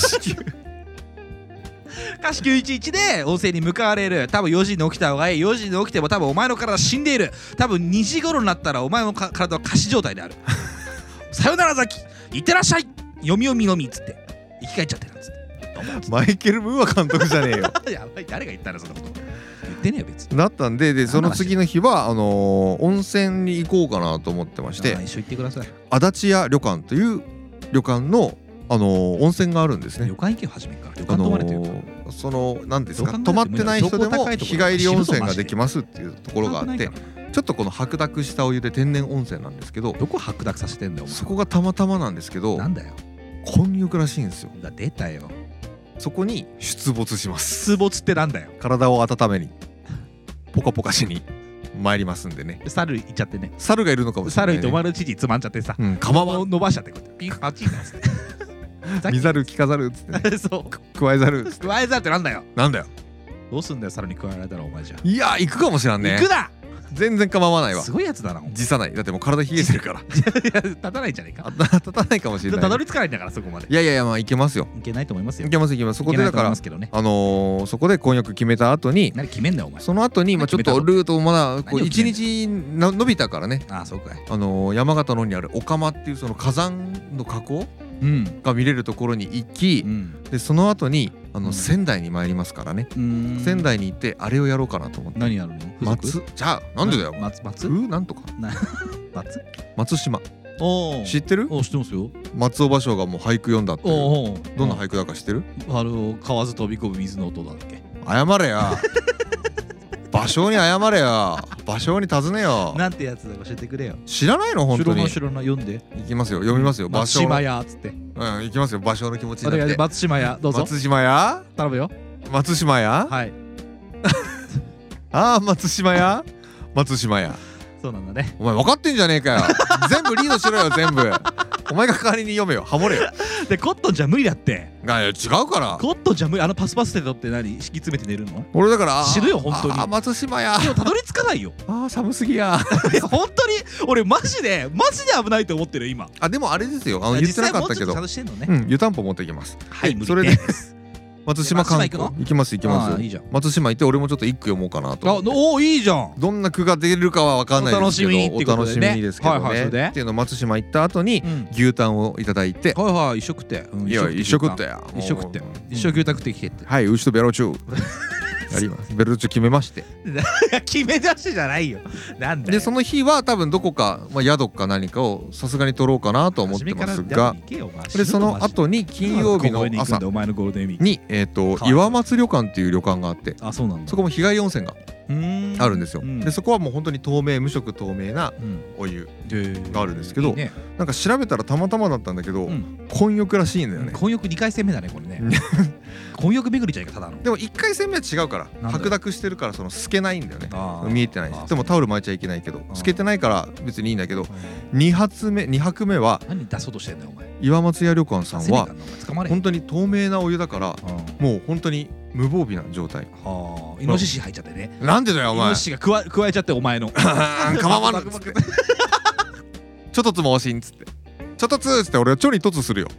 仮死911で温泉に向かわれる。多分4時に起きた方がいい。4時に起きても多分お前の体死んでいる。多分2時頃になったらお前の体は仮死状態である。さよならザキ、いってらっしゃい、読みっつって生き返っちゃってるんつって。 マイケル・ムーア監督じゃねえよ。 やばい、誰が言ったらそんなこと言ってねえよ別に。 だったんでその次の日は温泉に行こうかなと思ってまして、 一緒行ってください。 足立屋旅館という旅館の温泉があるんですね。 旅館行けよ初めから。旅館泊まれてるから。 その何ですか、泊まってない人でも日帰り温泉ができますっていうところがあって、ちょっとこの白濁したお湯で天然温泉なんですけど、 どこ白濁させてんだよお前。 そこがたまたまなんですけど、 なんだよ混浴らしいんですよ。 出たよ。 そこに出没します。 出没ってなんだよ。 体を温めにポカポカしに参りますんでね。 猿いっちゃってね。 猿がいるのかもしれない、ね。 猿いてお前の乳つまんちゃってさ、 釜を伸ばしちゃってこうやってピンパチンなんですね。 見ざる聞かざるっつってね。 そう加えざるっつって。 加えざるってなんだよ。 なんだよ。 どうすんだよ猿に加えられたらお前じゃ。 いや行くかもしらんね。 行くな。 全然構わないわ。 すごいやつだな。 辞さない。だってもう体冷えてるから。 いや立たないんじゃねえか。 立たないかもしれない。 たどり着かないんだからそこまで。 いやまあ行けますよ。 行けないと思いますよ。 行けます。そこでだからそこで婚約決めた後に、 何決めんだよお前。 その後にちょっとルートをまだ1日伸びたからね。 ああそうかい。 山形の方にある御釜っていうその火山の火口が見れるところに行き、でその後に仙台に参りますからね。仙台に行ってあれをやろうかなと思って。 何やるの？ じゃあなんでだよ。 松なんとか松島お知ってる？ 知ってますよ。 松尾芭蕉がもう俳句読んだって。どんな俳句だか知ってる？ 川ず飛び込む水の音だっけ。 謝れや。芭蕉に謝れや。芭蕉に尋ねよ。 なんてやつだか教えてくれよ。 知らないの本当に。 知らない読んで。 行きますよ。読みますよ。 松島屋っつって。 行きますよ。芭蕉の気持ちになって。 松島屋どうぞ。 松島屋頼むよ。 松島屋。 はい。 ああ松島屋。松島屋。 そうなんだね。 お前分かってんじゃねえかよ。全部リードしろよ全部。お前が代わりに読めよ。ハモれよ。 でコットンじゃ無理だって。 違うから。 コットンじゃ無理。パスパステトって何？敷き詰めて寝るの？ 俺だから知るよ本当に。 松島屋。 でもたどり着かないよ。 寒すぎや。 いや本当に俺マジで危ないと思ってる今。 でもあれですよ。言ってなかったけど。 湯たんぽ持ってきます。 はい。 それで松島観光松島行きますあーいいじゃん。 松島行って俺もちょっと一句読もうかなと思って。 おーいいじゃん。 どんな句が出るかは分かんないですけど、 お楽しみにってことでねお楽しみにですけどね、 はいはいそれでっていうのを松島行った後にうん牛タンをいただいて、 はいはい一緒食って。 いや一緒食ったよ一緒食ってもう一緒牛タン食ってきてって。 はい牛とベロチュやりますベロチュ決めまして、 決め出しじゃないよ。なんだよ。 でその日は多分どこか、宿か何かをさすがに取ろうかなと思ってますが、でその後に金曜日の朝お前のゴールデンウィークにはい岩松旅館っていう旅館があって、 あそうなんだ。 そこも日帰り温泉があるんですよ。 うんでそこはもう本当に透明無色透明なうんお湯でがあるんですけどいいねなんか調べたらたまたまだったんだけど、 うん混浴らしいんだよね。 混浴2回戦目だねこれね。混浴巡りじゃないかただの。 でも1回戦目は違うからなんで白濁してるからその透けないんだよね。 あー見えてないしあーでもタオル巻いちゃいけないけどあー透けてないから別にいいんだけど、 うん 2泊目は何出そうとしてんだよお前。 岩松屋旅館さんはセネガンのお前捕まれ。 本当に透明なお湯だからうんもう本当に無防備な状態。 はあイノシシ入っちゃってね。 なんでだよお前イノシシが加えちゃってお前の。 かまわんっつってちょっとつ盲信っつってちょっとつーっつって俺はちょに突するよ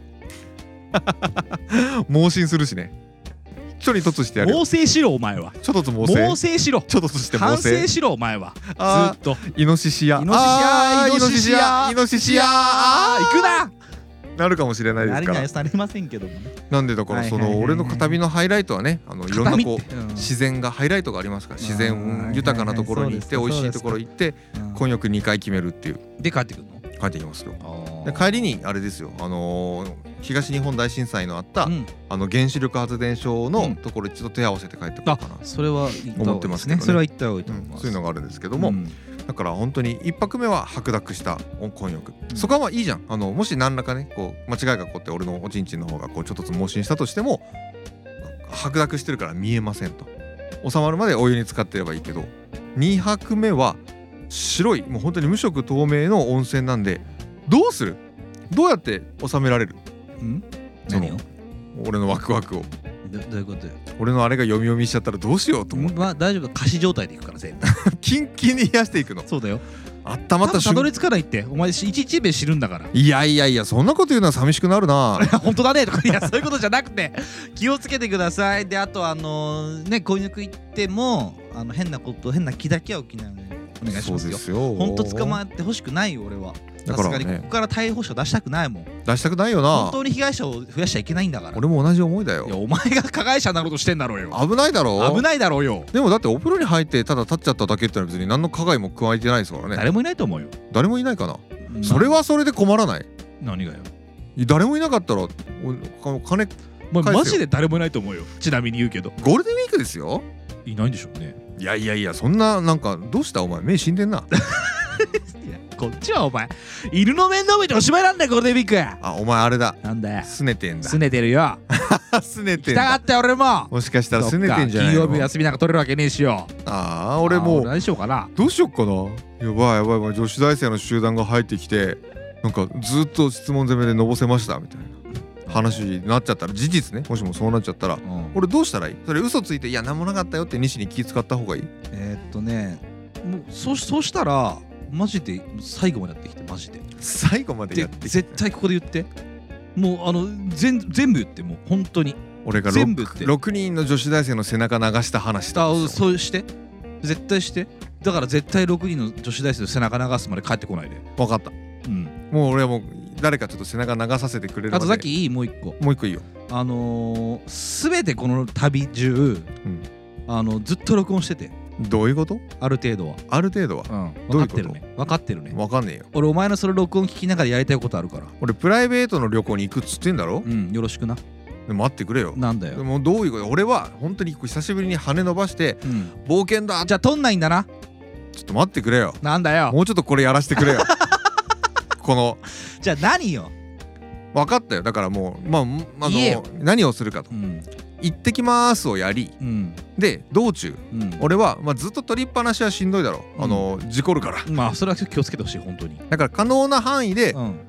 盲信するしねちょに突してやるよ。 猛省しろお前は。 ちょっとつ盲猛省省しろ。 ちょっとつして盲反省省しろお前は。ずあっと。 ーイノシシやイノシシやイノシシやイノシシや行くな。 なるかもしれないであれすから。 にはされませんけどもね。 なんでだからそはいはいはいはいの俺の旅のハイライトはねいろんなこううん自然がハイライトがありますから自然豊かなところに行ってはいはいはい美味しいところ行ってうん混浴2回決めるっていうで帰ってくるの。 帰ってきますよ。であー帰りにあれですよ東日本大震災のあったうん原子力発電所のうんところにちょっと手合わせて帰ってこようかな、 それは言った思方がいいですすってまけどね。 ねそれは言った方がいいと思います。 そういうのがあるんですけども、 うんだから本当に1泊目は白濁した混浴、 うんそこはまあいいじゃんもし何らかねこう間違いが起こって俺のおちんちんの方がこうちょっとずつ盲信したとしても白濁してるから見えませんと収まるまでお湯に浸かってればいいけど2泊目は白いもう本当に無色透明の温泉なんでどうするどうやって収められるうんその何を俺のワクワクをどういうことよ。 俺のあれが読み読みしちゃったらどうしようと思ってまあ大丈夫仮死状態でいくから全部。 キンキンに冷やしていくのそうだよ。 あったまった瞬間多分たどり着かないってお前一日目知るんだから。 いやいやいやそんなこと言うのは寂しくなるな本当だねとかいやそういうことじゃなくて気をつけてください。であとね混浴行っても変な気だけは起きないようにお願いしますよ。 よ本当捕まえてほしくないよ俺は。 だからねさすがにここから逮捕者出したくないもん。 出したくないよな本当に被害者を増やしちゃいけないんだから。 俺も同じ思いだいやよお前が加害者なことしてんだろうよ。 危ないだろ危ないだろうよ。 でもだってお風呂に入ってただ立っちゃっただけってのは別に何の加害も加えてないですからね誰もいないと思うよ。 誰もいないかなそれはそれで困らない何がよ。 誰もいなかったら金お前返せよマジで誰もいないと思うよ。ちなみに言うけどゴールデンウィークですよいないんでしょうね。 いやいやいやそんななんかどうしたお前目死んでんなこっちはお前犬の面倒見ておしまいなんだよゴールデンウィーク。 あお前あれだなんだよすねてんだ拗ねてるよ。 すね来たかてんだったよ俺も。 もしかしたらすねてんじゃないのそっか金曜日休みなんか取れるわけねえしよ。 ああ俺もう何しようかな。 どうしよっかなやばいやばいやばい女子大生の集団が入ってきてなんかずっと質問攻めでのぼせましたみたいな話になっちゃったら事実ねもしもそうなっちゃったらうん俺どうしたらいいそれ嘘ついていや何もなかったよって西に気使った方がいいもうそうしたらマジで最後までやってきてマジで。 最後まででやってきて絶対ここで言って。もう全部言ってもう本当に。 俺が全部って 6人の女子大生の背中流した話とかですよそうして絶対してだから絶対6人の女子大生の背中流すまで帰ってこないで。 分かったうんもう俺はもう誰かちょっと背中流させてくれるまであとさっきいいもう一個もう一個いいよ全てこの旅中ずっと録音しててどういうことある程度はある程度はどういうこと分かってるね分かってるね。 分かんねえよ俺お前のそれ録音聞きながらやりたいことあるから俺プライベートの旅行に行くっつってんだろうんよろしくな。 で待ってくれよなんだよ。 でもどういうこと俺は本当に久しぶりに羽伸ばしてうん冒険だじゃあ撮んないんだな。 ちょっと待ってくれよなんだよ。 もうちょっとこれやらせてくれよこのじゃあ何よ。 分かったよだからもう言えよ何をするかとうん行ってきますをやりうんで道中うん俺はずっと取りっぱなしはしんどいだろ事故るからまあそれは気をつけてほしい本当に。 だから可能な範囲でうん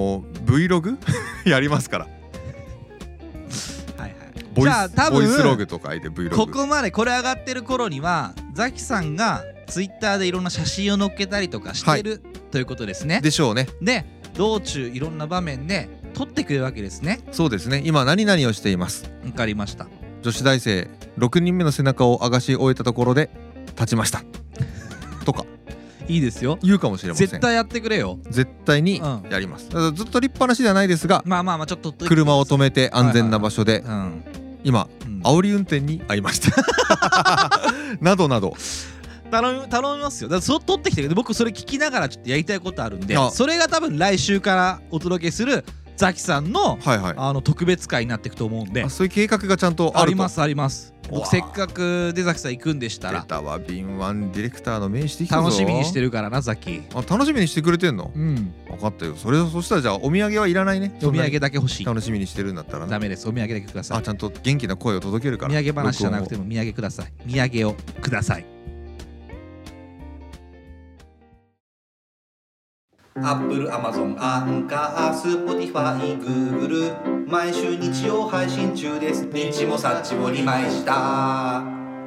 Vlog やりますからはいはい。 ボイじゃあ多分ボイスログとか書いて Vlog ここまでこれ上がってる頃にはザキさんがツイッターでいろんな写真を載っけたりとかしてる、ということですね。 でしょうねで道中いろんな場面で撮ってくれるわけですね。 そうですね今何々をしていますわかりました。 女子大生6人目の背中をあがし終えたところで立ちましたとかいいですよ。 言うかもしれません。 絶対やってくれよ。 絶対にやります。だからずっと立派なしではないですが、 まあちょっと車を止めて安全な場所で今うん煽り運転に遭いましたなどなど頼みますよ。だからそう取ってきてくれ。僕それ聞きながらちょっとやりたいことあるんで、 あそれが多分来週からお届けするザキさんのはいはい特別会になっていくと思うんで。 あそういう計画がちゃんとあるとありますあります。 うわ僕せっかく出崎さん行くんでしたら出たわ敏腕ディレクターの名刺できたぞ。 楽しみにしてるからなザキ。 あ楽しみにしてくれてんの。 うん分かったよ。そしたらじゃあお土産はいらないね。 お土産そんなにだけ欲しい。 楽しみにしてるんだったらな。 ダメです。お土産だけください。 あちゃんと元気な声を届けるから。 土産話じゃなくてもも土産ください。土産をください。Apple、Amazon、アンカー、Spotify、Google 毎週日曜配信中です。日もさっちも2枚した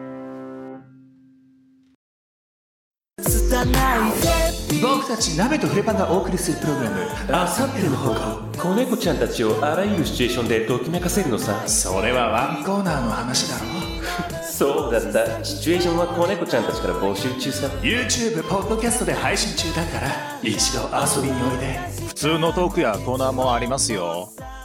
僕たち鍋とフレパンがお送りするプログラムあさっての方向子猫ちゃんたちをあらゆるシチュエーションでときめかせるのさ。それはワンコーナーの話だろそうだった。シチュエーションは子猫ちゃんたちから募集中さ。 YouTube、ポッドキャストで配信中だから一度遊びにおいで。 普通のトークやコーナーもありますよ。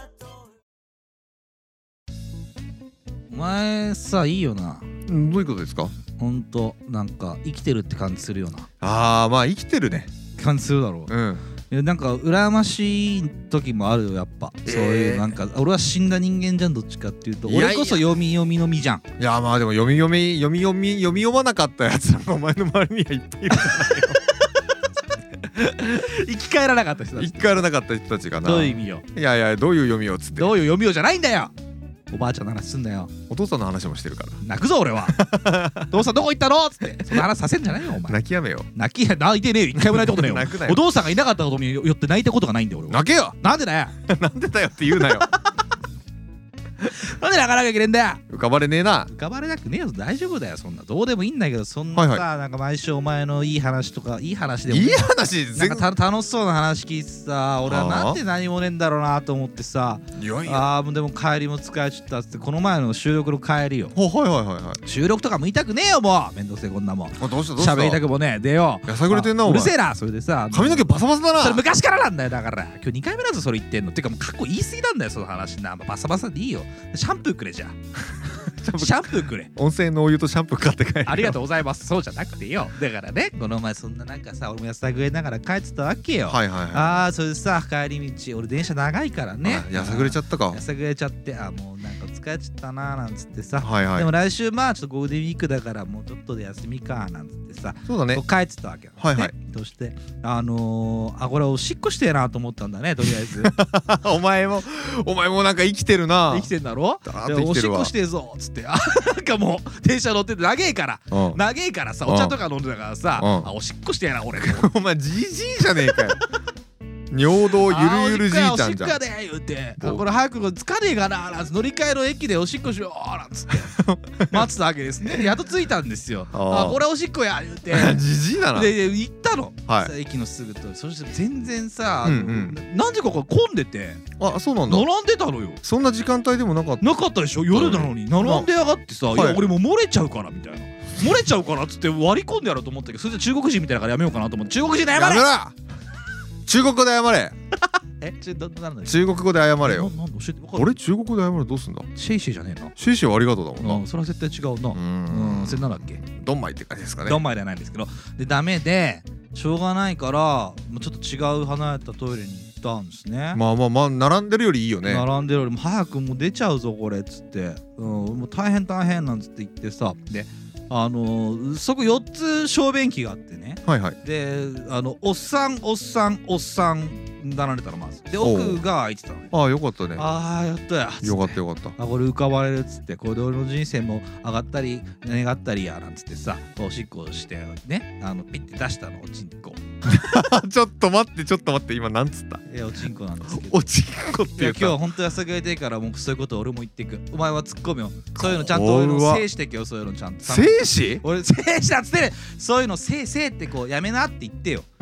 お前さいいよな。 どういうことですか。 ほんとなんか生きてるって感じするよな。 あーまあ生きてるね。 感じするだろう。 うんいやなんか羨ましい時もあるよやっぱ、そういうなんか俺は死んだ人間じゃん。どっちかっていうといやいや俺こそ読みのみじゃん。 いやまあでも読み読まなかったやつなんかお前の周りにはいっぱいいるじゃないよ生き返らなかった人たち。 一回やらなかった人たちがな。 どういう意味よ。 いやいやどういう読みをつって。 どういう読みよじゃないんだよ。おばあちゃんの話すんだよ。 お父さんの話もしてるから泣くぞ俺は父さんどこ行ったのっつってその話させんじゃないよお前。 泣きやめよ。 泣いてねえよ。一回も泣いたことねえよ泣くなよお父さんがいなかったことによって泣いたことがないんだよ俺は。 泣けよなんでだよなんでだよって言うなよなんで泣かなきゃいけねえんだよ。 浮かばれねえな。 浮かばれなくねえよ。大丈夫だよ。そんなどうでもいいんだけど、そんなさ、 はいなんか毎週お前のいい話とかいい話でもいい話なんか楽しそうな話聞いてさ、俺はなんで何もねえんだろうなと思ってさ、 いやいやもうでも帰りも疲れちゃったっつって、この前の収録の帰りよ。 はいはい収録とかも言いたくねえよもう。めんどくせえこんなもん。 あどうした喋りたくもねえ。でよ。 やさぐれてんなお前。 うるせえな。それでさ、 髪の毛バサバサだな。 それ昔からなんだよ。だから今日2回目だぞそれ言ってんの。てかもう過去言い過ぎなんだよその話な。バサバサでいいよ。シャンプーくれじゃあシャンプーくれ。 温泉のお湯とシャンプー買って帰る。 ありがとうございます。そうじゃなくてよ。だからね、この前そんななんかさ、俺もやさぐれながら帰ってたわけよ。 はいはいはそれでさ、帰り道、俺電車長いからね。 やさぐれちゃったか。 やさぐれちゃって、もうなんか疲れちゃったなーなんつってさ。 はいはいでも来週ちょっとゴールデンウィークだからもうちょっとで休みかなんつってさ、 そうだねこう帰ってたわけよ。 はいはいねそしてこれおしっこしてえなと思ったんだね、とりあえず。 お前もなんか生きてるな。 生きてんだろ。 だーっと生きてるわおしっこしてえぞっつって、なんかもう電車乗ってて長えからうん長えからさ、お茶とか飲んでたからさ、 うんおしっこしてえな俺。 お前じじいじゃねえかよ。尿道ゆるゆるじいちゃんじゃん。 おしっこやで言うて、これ早くつかねえかななんつって乗り換えの駅でおしっこしようなんつって待ってたわけですね。やっと着いたんですよ。これおしっこや言うてじじいだな。 で行ったの、 はいさ駅のすぐと。そして全然さ、 うん何時か混んでてあそうなんだ。 並んでたのよ。 そんな時間帯でもなかった。 なかったでしょ。夜なのに並んでやがってさ、いはいや俺もう漏れちゃうからみたいな。漏れちゃうからっつって割り込んでやろうと思ったけど、それじゃ中国人みたいだからやめようかなと思って。中国人で謝れ。 やめろ。中国語で謝れ。 なんだ中国語で謝れよ。 なんで教えて。分かる。 俺中国語で謝るどうすんだ。 シェイシェイじゃねえな。 シェイシェイはありがとうだもんな。 それは絶対違うな。それなんだっけ。 ドンマイって感じですかね。 ドンマイではないんですけど、でダメでしょうがないから、もうちょっと違う離れたトイレに行ったんですね。 まあ並んでるよりいいよね。 並んでるよりも早くもう出ちゃうぞこれっつって、もう大変なんつって言ってさ、でそこ4つ小便器があってね。 はいはい。 でおっさん並んでたのまずで、奥が空いてたのね。 ああよかったね。 やったや。 よかったよかった。 これ浮かばれるっつって、これで俺の人生も上がったり願ったりやなんつってさ、おしっこしてね、ピッて出したのおちんこ。 ちょっと待って今なんつった。 おちんこなんですけど。 おちんこって言った。 今日は本当に朝がいてからもうそういうこと俺も言っていく。お前は突っ込むよ。そういうのちゃんと俺の制してけよ。そういうのちゃんと。 静止？ 俺静止だっつってね。そういうのせいってこうやめなって言ってよ。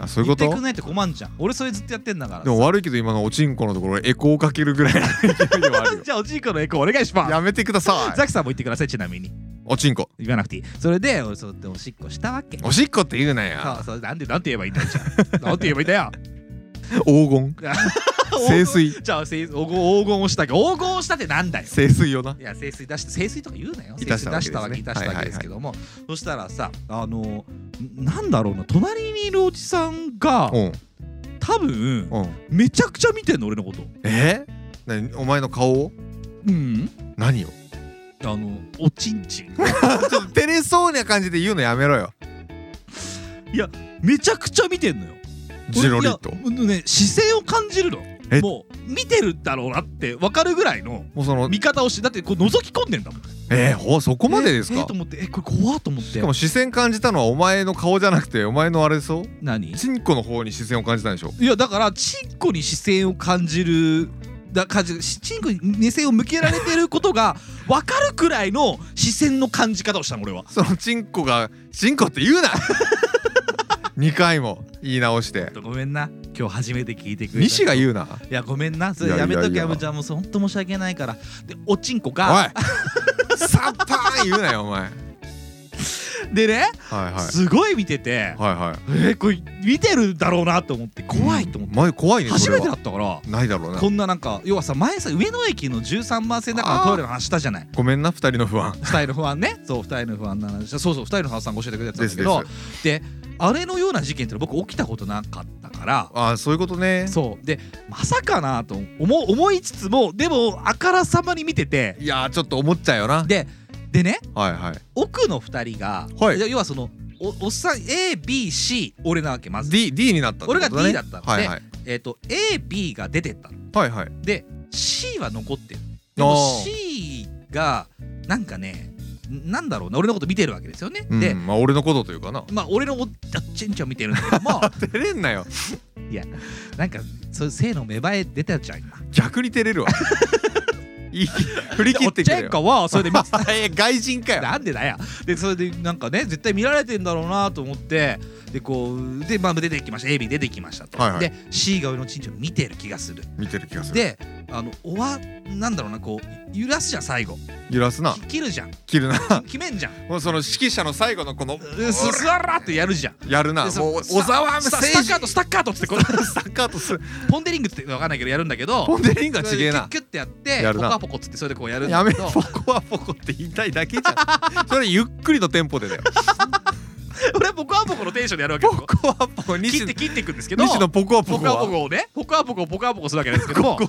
あ、そういうこと。 言ってくんないと困んじゃん。俺それずっとやってんだからさ。 でも悪いけど今のおちんこのところエコーかけるぐらいの勢いではあるよ。 じゃあおちんこのエコーお願いします。 やめてください。 ザキさんも言ってください。ちなみにおちんこ。 言わなくていい。それで俺そうやっておしっこしたわけ。 おしっこって言うなや。 そうなんて言えばいいんだよ。じゃあなんて言えばいいんだよ。 黄金。清水。 じゃあ黄金をしたっけ。黄金をしたってなんだよ。 清水よな。 いや清水出して清水とか言うなよ。 いたしたわけですね。 清水出したわけですけども、そしたらさなんだろうな、隣にいるおじさんが多分めちゃくちゃ見てんの俺のこと。 何お前の顔を？何を？ おちんちん。 ちょっと照れそうな感じで言うのやめろよ。 いやめちゃくちゃ見てんのよ。 ジロリッとね、視線を感じるの。もう見てるだろうなって分かるぐらいの見方をして、だってこう覗き込んでんだもん。 そこまでですか？ と思って、これ怖っと思って。 しかも視線感じたのはお前の顔じゃなくてお前のあれでしょ？ 何？ チンコの方に視線を感じたんでしょ？ いやだからチンコに視線を感じるチンコに目線を向けられてることが分かるくらいの視線の感じ方をしたの俺は。 そのチンコがチンコって言うな。2回も言い直して。 ごめんな、今日初めて聞いてくれた西が言うな。 いやごめんな、それやめとけよ。じゃあもうほんと申し訳ないから。でおちんこがおいサッパーン言うなよお前。 でね、すごい見てて、これ見てるだろうなと思って怖いと思って。 前怖いね。 初めてだったからないだろうな。 こんななんか要はさ、前さ上野駅の13番線だからトイレの話したじゃない。 ごめんな2人の不安。 2人の不安ね。そう2人の不安な話。そう2人の不安さんが教えてくれたんですけど、であれのような事件って僕起きたことなかったから。 あ、そういうことね。 そうでまさかなと思いつつも、でもあからさまに見てて、 いやちょっと思っちゃうよな。 でね、奥の2人が要はそのおっさん A、B、C 俺なわけ。まず D になったってことだね。 俺が D だったので、A、B が出てったの。で C は残ってる。でも C がなんかね、なんだろうな、俺のこと見てるわけですよね。でまあ俺のことというかな、 まあ俺のちんちんを見てるんだけども照れんなよ。 いやなんかそういう性の芽生え出たじゃん今。 逆に照れるわ。いい振り切ってくれよ。 おっちゃんかはそれで見てた。 外人かよ。 なんでだよ。でそれでなんかね絶対見られてんだろうなと思って、でこうでまあ出てきました。 A、B 出てきましたと。で C が俺のチンチンを見てる気がする。でなんだろうな、こう揺らすじゃん最後。 揺らすな。 切るじゃん。 切るな。 決めんじゃん。 もうその指揮者の最後のこのスワラってやるじゃん。 やるな。もう小沢誠司スタッカートっつってこれスタッカートする。 ポンデリングって分かんないけどやるんだけど、 ポンデリングはちげえな。 キュッてやってポコアポコっつってそれでこうやるんだやめけど、 ポコアポコって言いたいだけじゃん。それゆっくりのテンポでだよ。 俺はポコアポコのテンションでやるわけですよ。 ポコアポコ切っていくんですけど、 西のポコアポコポコアポコをねポコアポコするわけですけども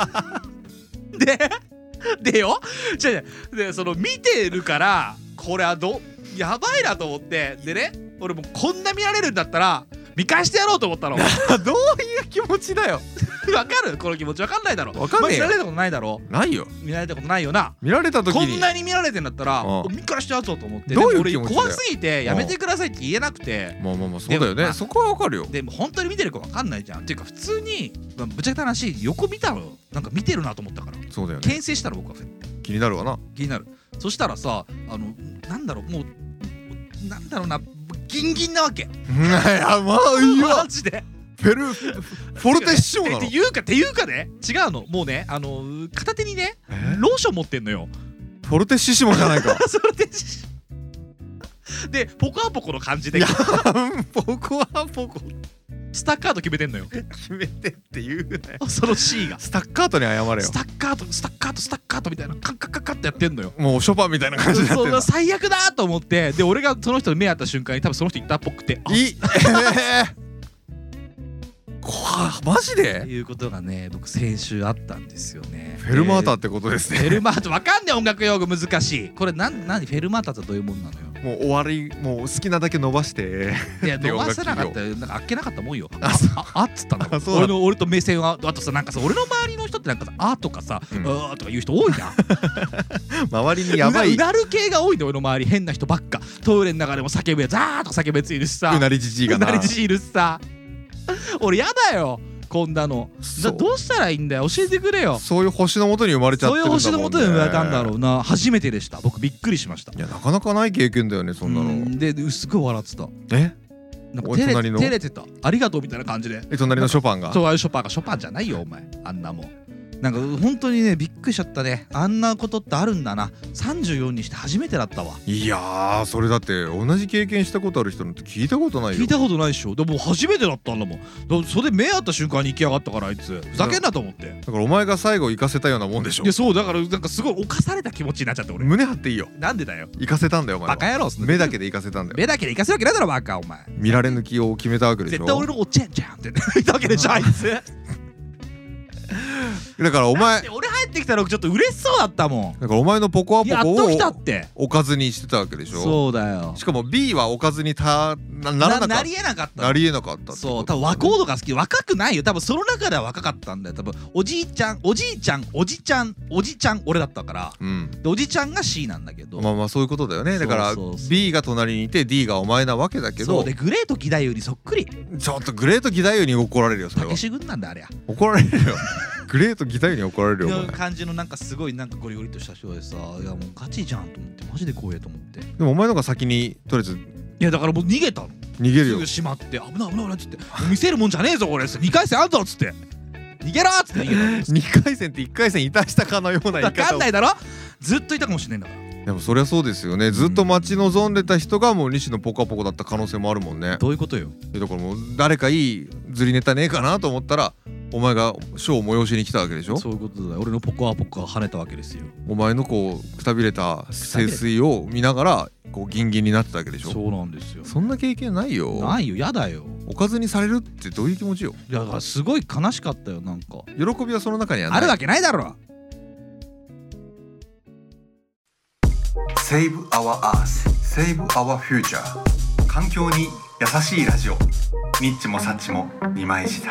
でよでその見てるからこれはやばいなと思って、でね俺もこんな見られるんだったら見返してやろうと思ったの。 どういう気持ちだよ。 わかる？この気持ちわかんないだろ。 わかんねえよ。 見られたことないだろ。 ないよ。 見られたことないよな。 見られた時にこんなに見られてんだったら見返してやろうと思って。 どういう気持ちだよ。 俺怖すぎてやめてくださいって言えなくて。 まあそうだよね。そこはわかるよ。 でも本当に見てるかわかんないじゃん。っていうか普通にぶっちゃけた話横見たのなんか見てるなと思ったから。 そうだよね。 牽制したら僕は気になるわな。 気になる。そしたらさなんだろう、もうなんだろうな、ギンギンなわけ。 やばいよ。 マジで。 フォルテッシモなの。 っていうかね、違うの。もうね片手にねローション持ってんのよ。 フォルテッシモじゃないか。 それででポコアポコの感じでポコアポコスタッカート決めてんのよ。 決めてって言うなよ。 その C がスタッカートに謝れよ。 スタッカートみたいなカッカッカッカッってやってんのよ。 もうショパンみたいな感じになってんの。 最悪だと思って、で俺がその人に目合った瞬間に多分その人いたっぽくてマジでっていうことがね僕先週あったんですよね。 フェルマータってことですね。 フェルマータわかんねえ、音楽用語難しい。これ何フェルマータってどういうもんなのよ。 もう終わり、もう好きなだけ伸ばしていや伸ばせなかったらなんかあっけなかったもんよ。あっつったんだから。 俺と目線はあとさ、なんかさ俺の周りの人ってなんかさあとかさあとか言う人多いな。 周りにやばいうなる系が多いんだよ俺の周り。変な人ばっか。トイレの中でも叫ぶやつザーッと叫ぶやついるしさ。 うなりじじいがな。 うなりじじいいるしさ。俺やだよこんなの。どうしたらいいんだよ、教えてくれよ。 そういう星の下に生まれちゃってるんだもんね。 そういう星の下に生まれたんだろうな。初めてでした。僕びっくりしました。 いやなかなかない経験だよねそんなの。 ですごい笑ってた。 なんかお隣の照れてた、ありがとうみたいな感じで。 隣のショパンが。 そう、ああいうショパンじゃないよお前、あんなもん。なんか本当にね、びっくりしちゃったね。あんなことってあるんだな。34にして初めてだったわ。 いやー、それだって同じ経験したことある人なんて聞いたことないよ。 聞いたことないでしょ。でも初めてだったんだもん。それで目合った瞬間に行きやがったから、あいつふざけんなと思って。 だからお前が最後行かせたようなもんでしょ。 いや、そうだから、なんかすごい犯された気持ちになっちゃって俺。 胸張っていいよ。 なんでだよ、 行かせたんだよお前は。 バカ野郎。 目だけで行かせたんだよ。 目だけで行かせるわけないだろバカ、お前。 見られ抜きを決めたわけでしょ。 絶対俺のおっちゃんじゃんって言ったわけでしょ、あいつ。 だからお前、 俺入ってきたらちょっと嬉しそうだったもん。 だからお前のポコアポコやっと来たをって。 おかずにしてたわけでしょ。 そうだよ。 しかも B はおかずにならなかった。 なりえなかったの。 なりえなかったってこと。 そう、多分和コードが好き。若くないよ、多分その中では若かったんだよ。多分おじいちゃん俺だったから。 うん。 でおじちゃんが C なんだけど、 まあまあそういうことだよね。だからそうそうそう B が隣にいて D がお前なわけだけど、 そうでグレート義太夫にそっくり。 ちょっとグレート義太夫に怒られるよそれはたけ。し軍なんだあれや。 怒られるよ。グレート義太夫に怒られるよお前。 いう感じのなんかすごいなんかゴリゴリとした人でさ、いやもうガチじゃんと思ってマジで怖えと思って。いでもお前のが先にとりあえずやだからもう逃げたの。 逃げるよすぐ。閉まって危ないっつって、もう見せるもんじゃねえぞこれ、2回戦あんぞっつって逃げろっつって逃げた。 2回戦って1回戦いたしたかのような言いわか方を。 んないだろ、ずっといたかもしれないんだから。 でもそりゃそうですよね。ずっと待ち望んでた人がもう西のポカポコだった可能性もあるもんね。 どういうことよ。 だからもう誰かいいずりネタねえかなと思ったらお前がショーを催しに来たわけでしょ。 そういうことだよ。俺のポコアポコが跳ねたわけですよ。 お前のこうくたびれた清水を見ながらこうギンギンになってたわけでしょ。 そうなんですよ。 そんな経験ないよ。 ないよ、やだよ。 おかずにされるってどういう気持ちよ。 いやだからすごい悲しかったよ。なんか喜びはその中にはない。 あるわけないだろ。 Save our Earth, Save our Future。 環境に優しいラジオ。ニッチもサッチも二枚舌。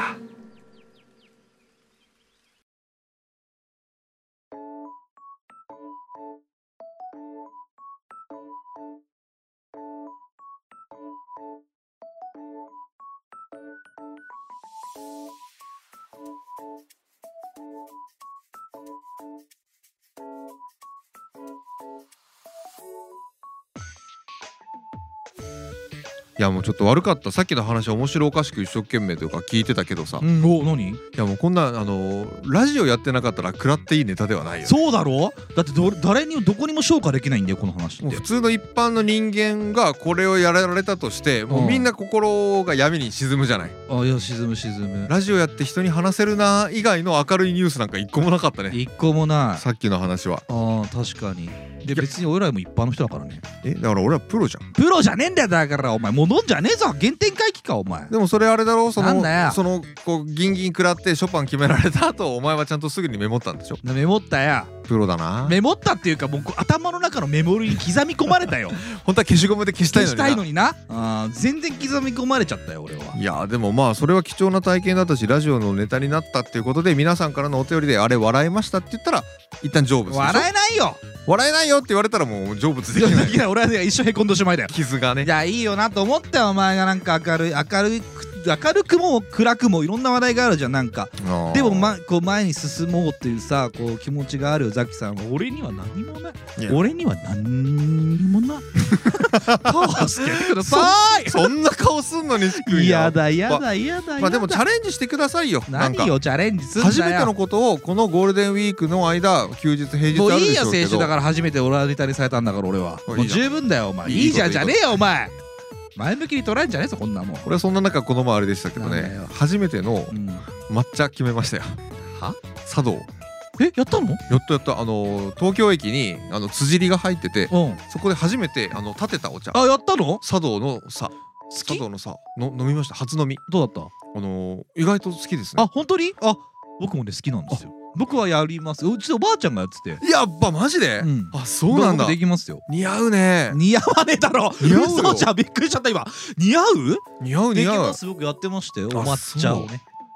いやもうちょっと悪かった。さっきの話面白おかしく一生懸命というか聞いてたけどさ、いお、何？ やもうこんなラジオやってなかったら食らっていいネタではないよね。 そうだろ。だって誰にもどこにも消化できないんだよこの話ってもう普。通の一般の人間がこれをやられたとしてもうみんな心が闇に沈むじゃない。 あ、いや沈む。 ラジオやって人に話せるな以外の明るいニュースなんか一個もなかったね。 一個もない。 さっきの話は。 ああ確かに。で別に俺らも一般の人だからね。 だから俺はプロじゃん。 プロじゃねえんだよ。だからお前もう飲んじゃねえぞ。原点回帰かお前。 でもそれあれだろう。 なんだよそのこうギンギン食らってショパン決められた後お前はちゃんとすぐにメモったんでしょ。 メモったや。 プロだな。 メモったっていうかもう頭の中のメモリに刻み込まれたよ。 本当は消しゴムで消したい消のにな。 したいのにな。全然刻み込まれちゃったよ俺は。 いやでもまあそれは貴重な体験だったしラジオのネタになったっていうことで皆さんからのお便りであれ笑いましたって言ったら一旦成仏でしょ。 笑えないよ。 笑えないよって言われたらもう成仏できないいや俺はね一生へこんでしまいだよ。 傷がね。 いやいいよなと思ったよ。お前がなんか明るくも暗くもいろんな話題があるじゃんなんか。でもこう前に進もうっていうさこう気持ちがあるザキさんは俺には何もない。俺には何にもない。顔つけてください。 そんな顔すんのにいやだ。 まあでもチャレンジしてくださいよ。 何をチャレンジすんだよ。 初めてのことをこのゴールデンウィークの間休日平日もうあるでいいよ青しょうけど。 春だから初めて俺はネタにされたんだから俺は。 いいじゃんもう十分だよお前。いいじゃんじゃねえよお前。前向きに捉えんじゃねえぞこんなもん。 これはそんな中この前あれでしたけどねなんだよ。 初めての抹茶決めましたよ。 は？ 茶道。 やったの？ やった東京駅に辻りが入っててうん。 そこで初めて立てたお茶。 あやったの？ 茶道の茶。 好き？ 茶道の茶の飲みました。初飲み。 どうだった？ 意外と好きですね。 あ本当に？あ僕もね好きなんですよ。僕はやります。うちのおばあちゃんがやってて。 やっぱマジで、 うんあそうなんだ。 僕できますよ。 似合うね。 似合わねえだろ。 似合うよ嘘じゃんびっくりしちゃった今。似合う？ 似合うでき似合う。 ます。僕やってましたよお抹茶をね。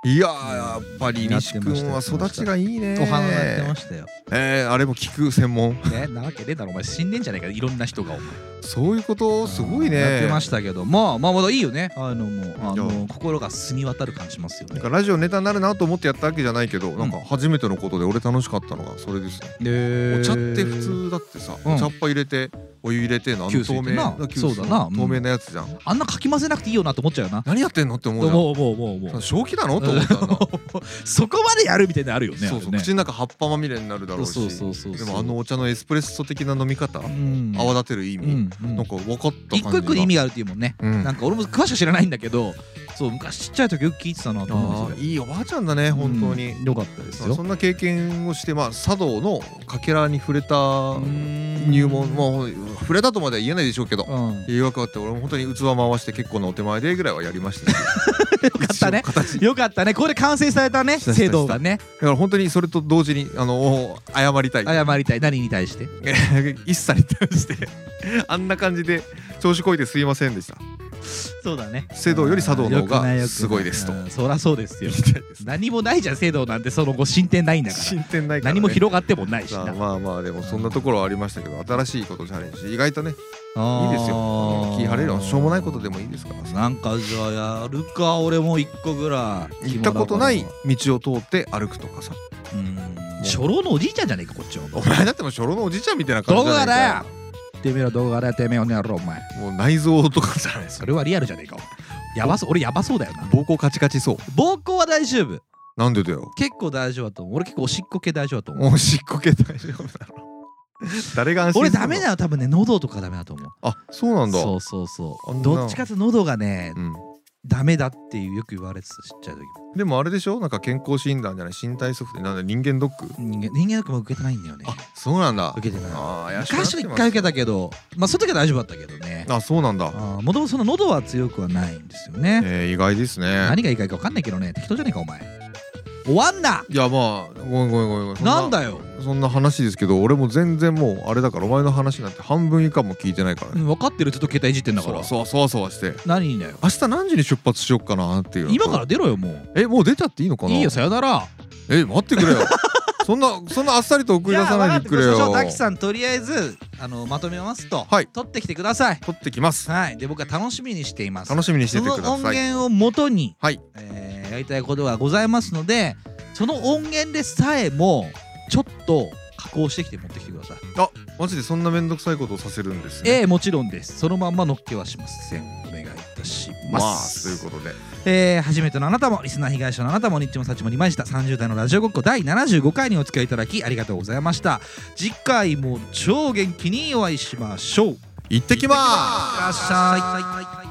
いやーやっぱり西君は育ちがいいね。 お花やってましたよ。 あれも聞く専門。 ね、なわけねえだろお前、死んでんじゃねえか、いろんな人が。お前そういうことすごいね。 やってましたけど、まあまだいいよね。もう心が澄み渡る感じしますよね。 なんかラジオネタになるなと思ってやったわけじゃないけど、なんか初めてのことで俺楽しかったのがそれですね。お茶って普通だってさ、お茶っ葉入れてお湯入れての透明な、そうだな、 透明なやつじゃん。 あんなかき混ぜなくていいよなと思っちゃうよな。 何やってんのって思うじゃん。もう正気なのと思ったんだ。 そこまでやるみたいなのあるよね。 そうそう、口の中葉っぱまみれになるだろうし、でもあのお茶のエスプレッソ的な飲み方、泡立てる意味、なんか分かった感じが。 一個一個に意味があるっていうもんね。なんか俺も詳しく知らないんだけど、そう昔ちっちゃい時よく聞いてたなと思う。 いいおばあちゃんだね本当に。 よかったですよ。 そんな経験をして、まあ茶道のかけらに触れた入門、もう触れたとまでは言えないでしょうけど、誘惑があって俺も本当に器回して結構なお手前でぐらいはやりましたし。 よかったね。よかったね。これで完成されたね制度がね。 だから本当にそれと同時に謝りたい。 何に対して？ 一切に対してあんな感じで調子こいてすいませんでした。 そうだね。 制度より茶道の方がすごいですと。 そりゃそうですよ。何もないじゃん制度なんて、その後進展ないんだから。 進展ないから。 何も広がってもないしな。 まあまあでもそんなところはありましたけど、新しいことチャレンジして意外とねいいですよ。気晴れるのしょうもないことでもいいですから。 なんかじゃあやるか。俺も一個ぐらい行ったことない道を通って歩くとかさ。 初老のおじいちゃんじゃねえかこっちは。 お前だっても初老のおじいちゃんみたいな感じじゃないか。 動画だよ。てめえら動画だよ、てめえおねやろお前。 もう内臓とかじゃないですか。 それはリアルじゃねえか。やばそう。俺やばそうだよな。 膀胱カチカチそう。 膀胱は大丈夫。 なんでだよ。 結構大丈夫だと思う。俺結構おしっこ系大丈夫だと思う。 おしっこ系大丈夫だろ。誰が安心するの？俺ダメだよ多分ね。喉とかダメだと思う。 あ、そうなんだ。 そうどっちかって喉がねダメだっていうよく言われてた、ちっちゃい時。 でもあれでしょ、なんか健康診断じゃない、身体測定なんだ、人間ドック。 人間ドックも受けてないんだよね。 あ、そうなんだ。 受けてない。 昔は一回受けたけど、まあその時は大丈夫だったけどね。 あ、そうなんだ。 もともとその喉は強くはないんですよね。 意外ですね。 何が意外か分かんないけどね。適当じゃねえかお前。終わんな。 いやまあごめん。 なんだよ。 そんな話ですけど、俺も全然もうあれだから、お前の話なんて半分以下も聞いてないからね。 分かってる。ちょっと携帯いじってんだから。 そうして何だよ。 明日何時に出発しよっかなっていう。 今から出ろよもう。 もう出ちゃっていいのかな。いいいよ、さよなら。 待ってくれよ。そんなあっさりと送り出さないでくれよ。 滝さんとりあえずまとめますと、取ってきてください。 取ってきます。 はい。で僕は楽しみにしています。 楽しみにしててください。 その音源を元にやりたいことがございますので、その音源でさえもちょっと加工してきて持ってきてください。 あ、マジでそんなめんどくさいことをさせるんですね。 もちろんです。そのまんま乗っけはしません。お願いいたします。 ということで、 初めてのあなたもリスナー被害者のあなたもニッチもサッチもにまいした30代のラジオごっこ第75回にお付き合いいただきありがとうございました。次回も超元気にお会いしましょう。 行ってきまーす。 いらっしゃい。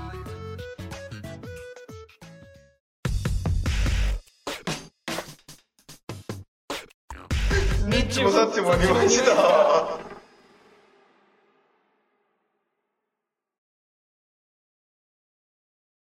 ニッチもサッチもありました。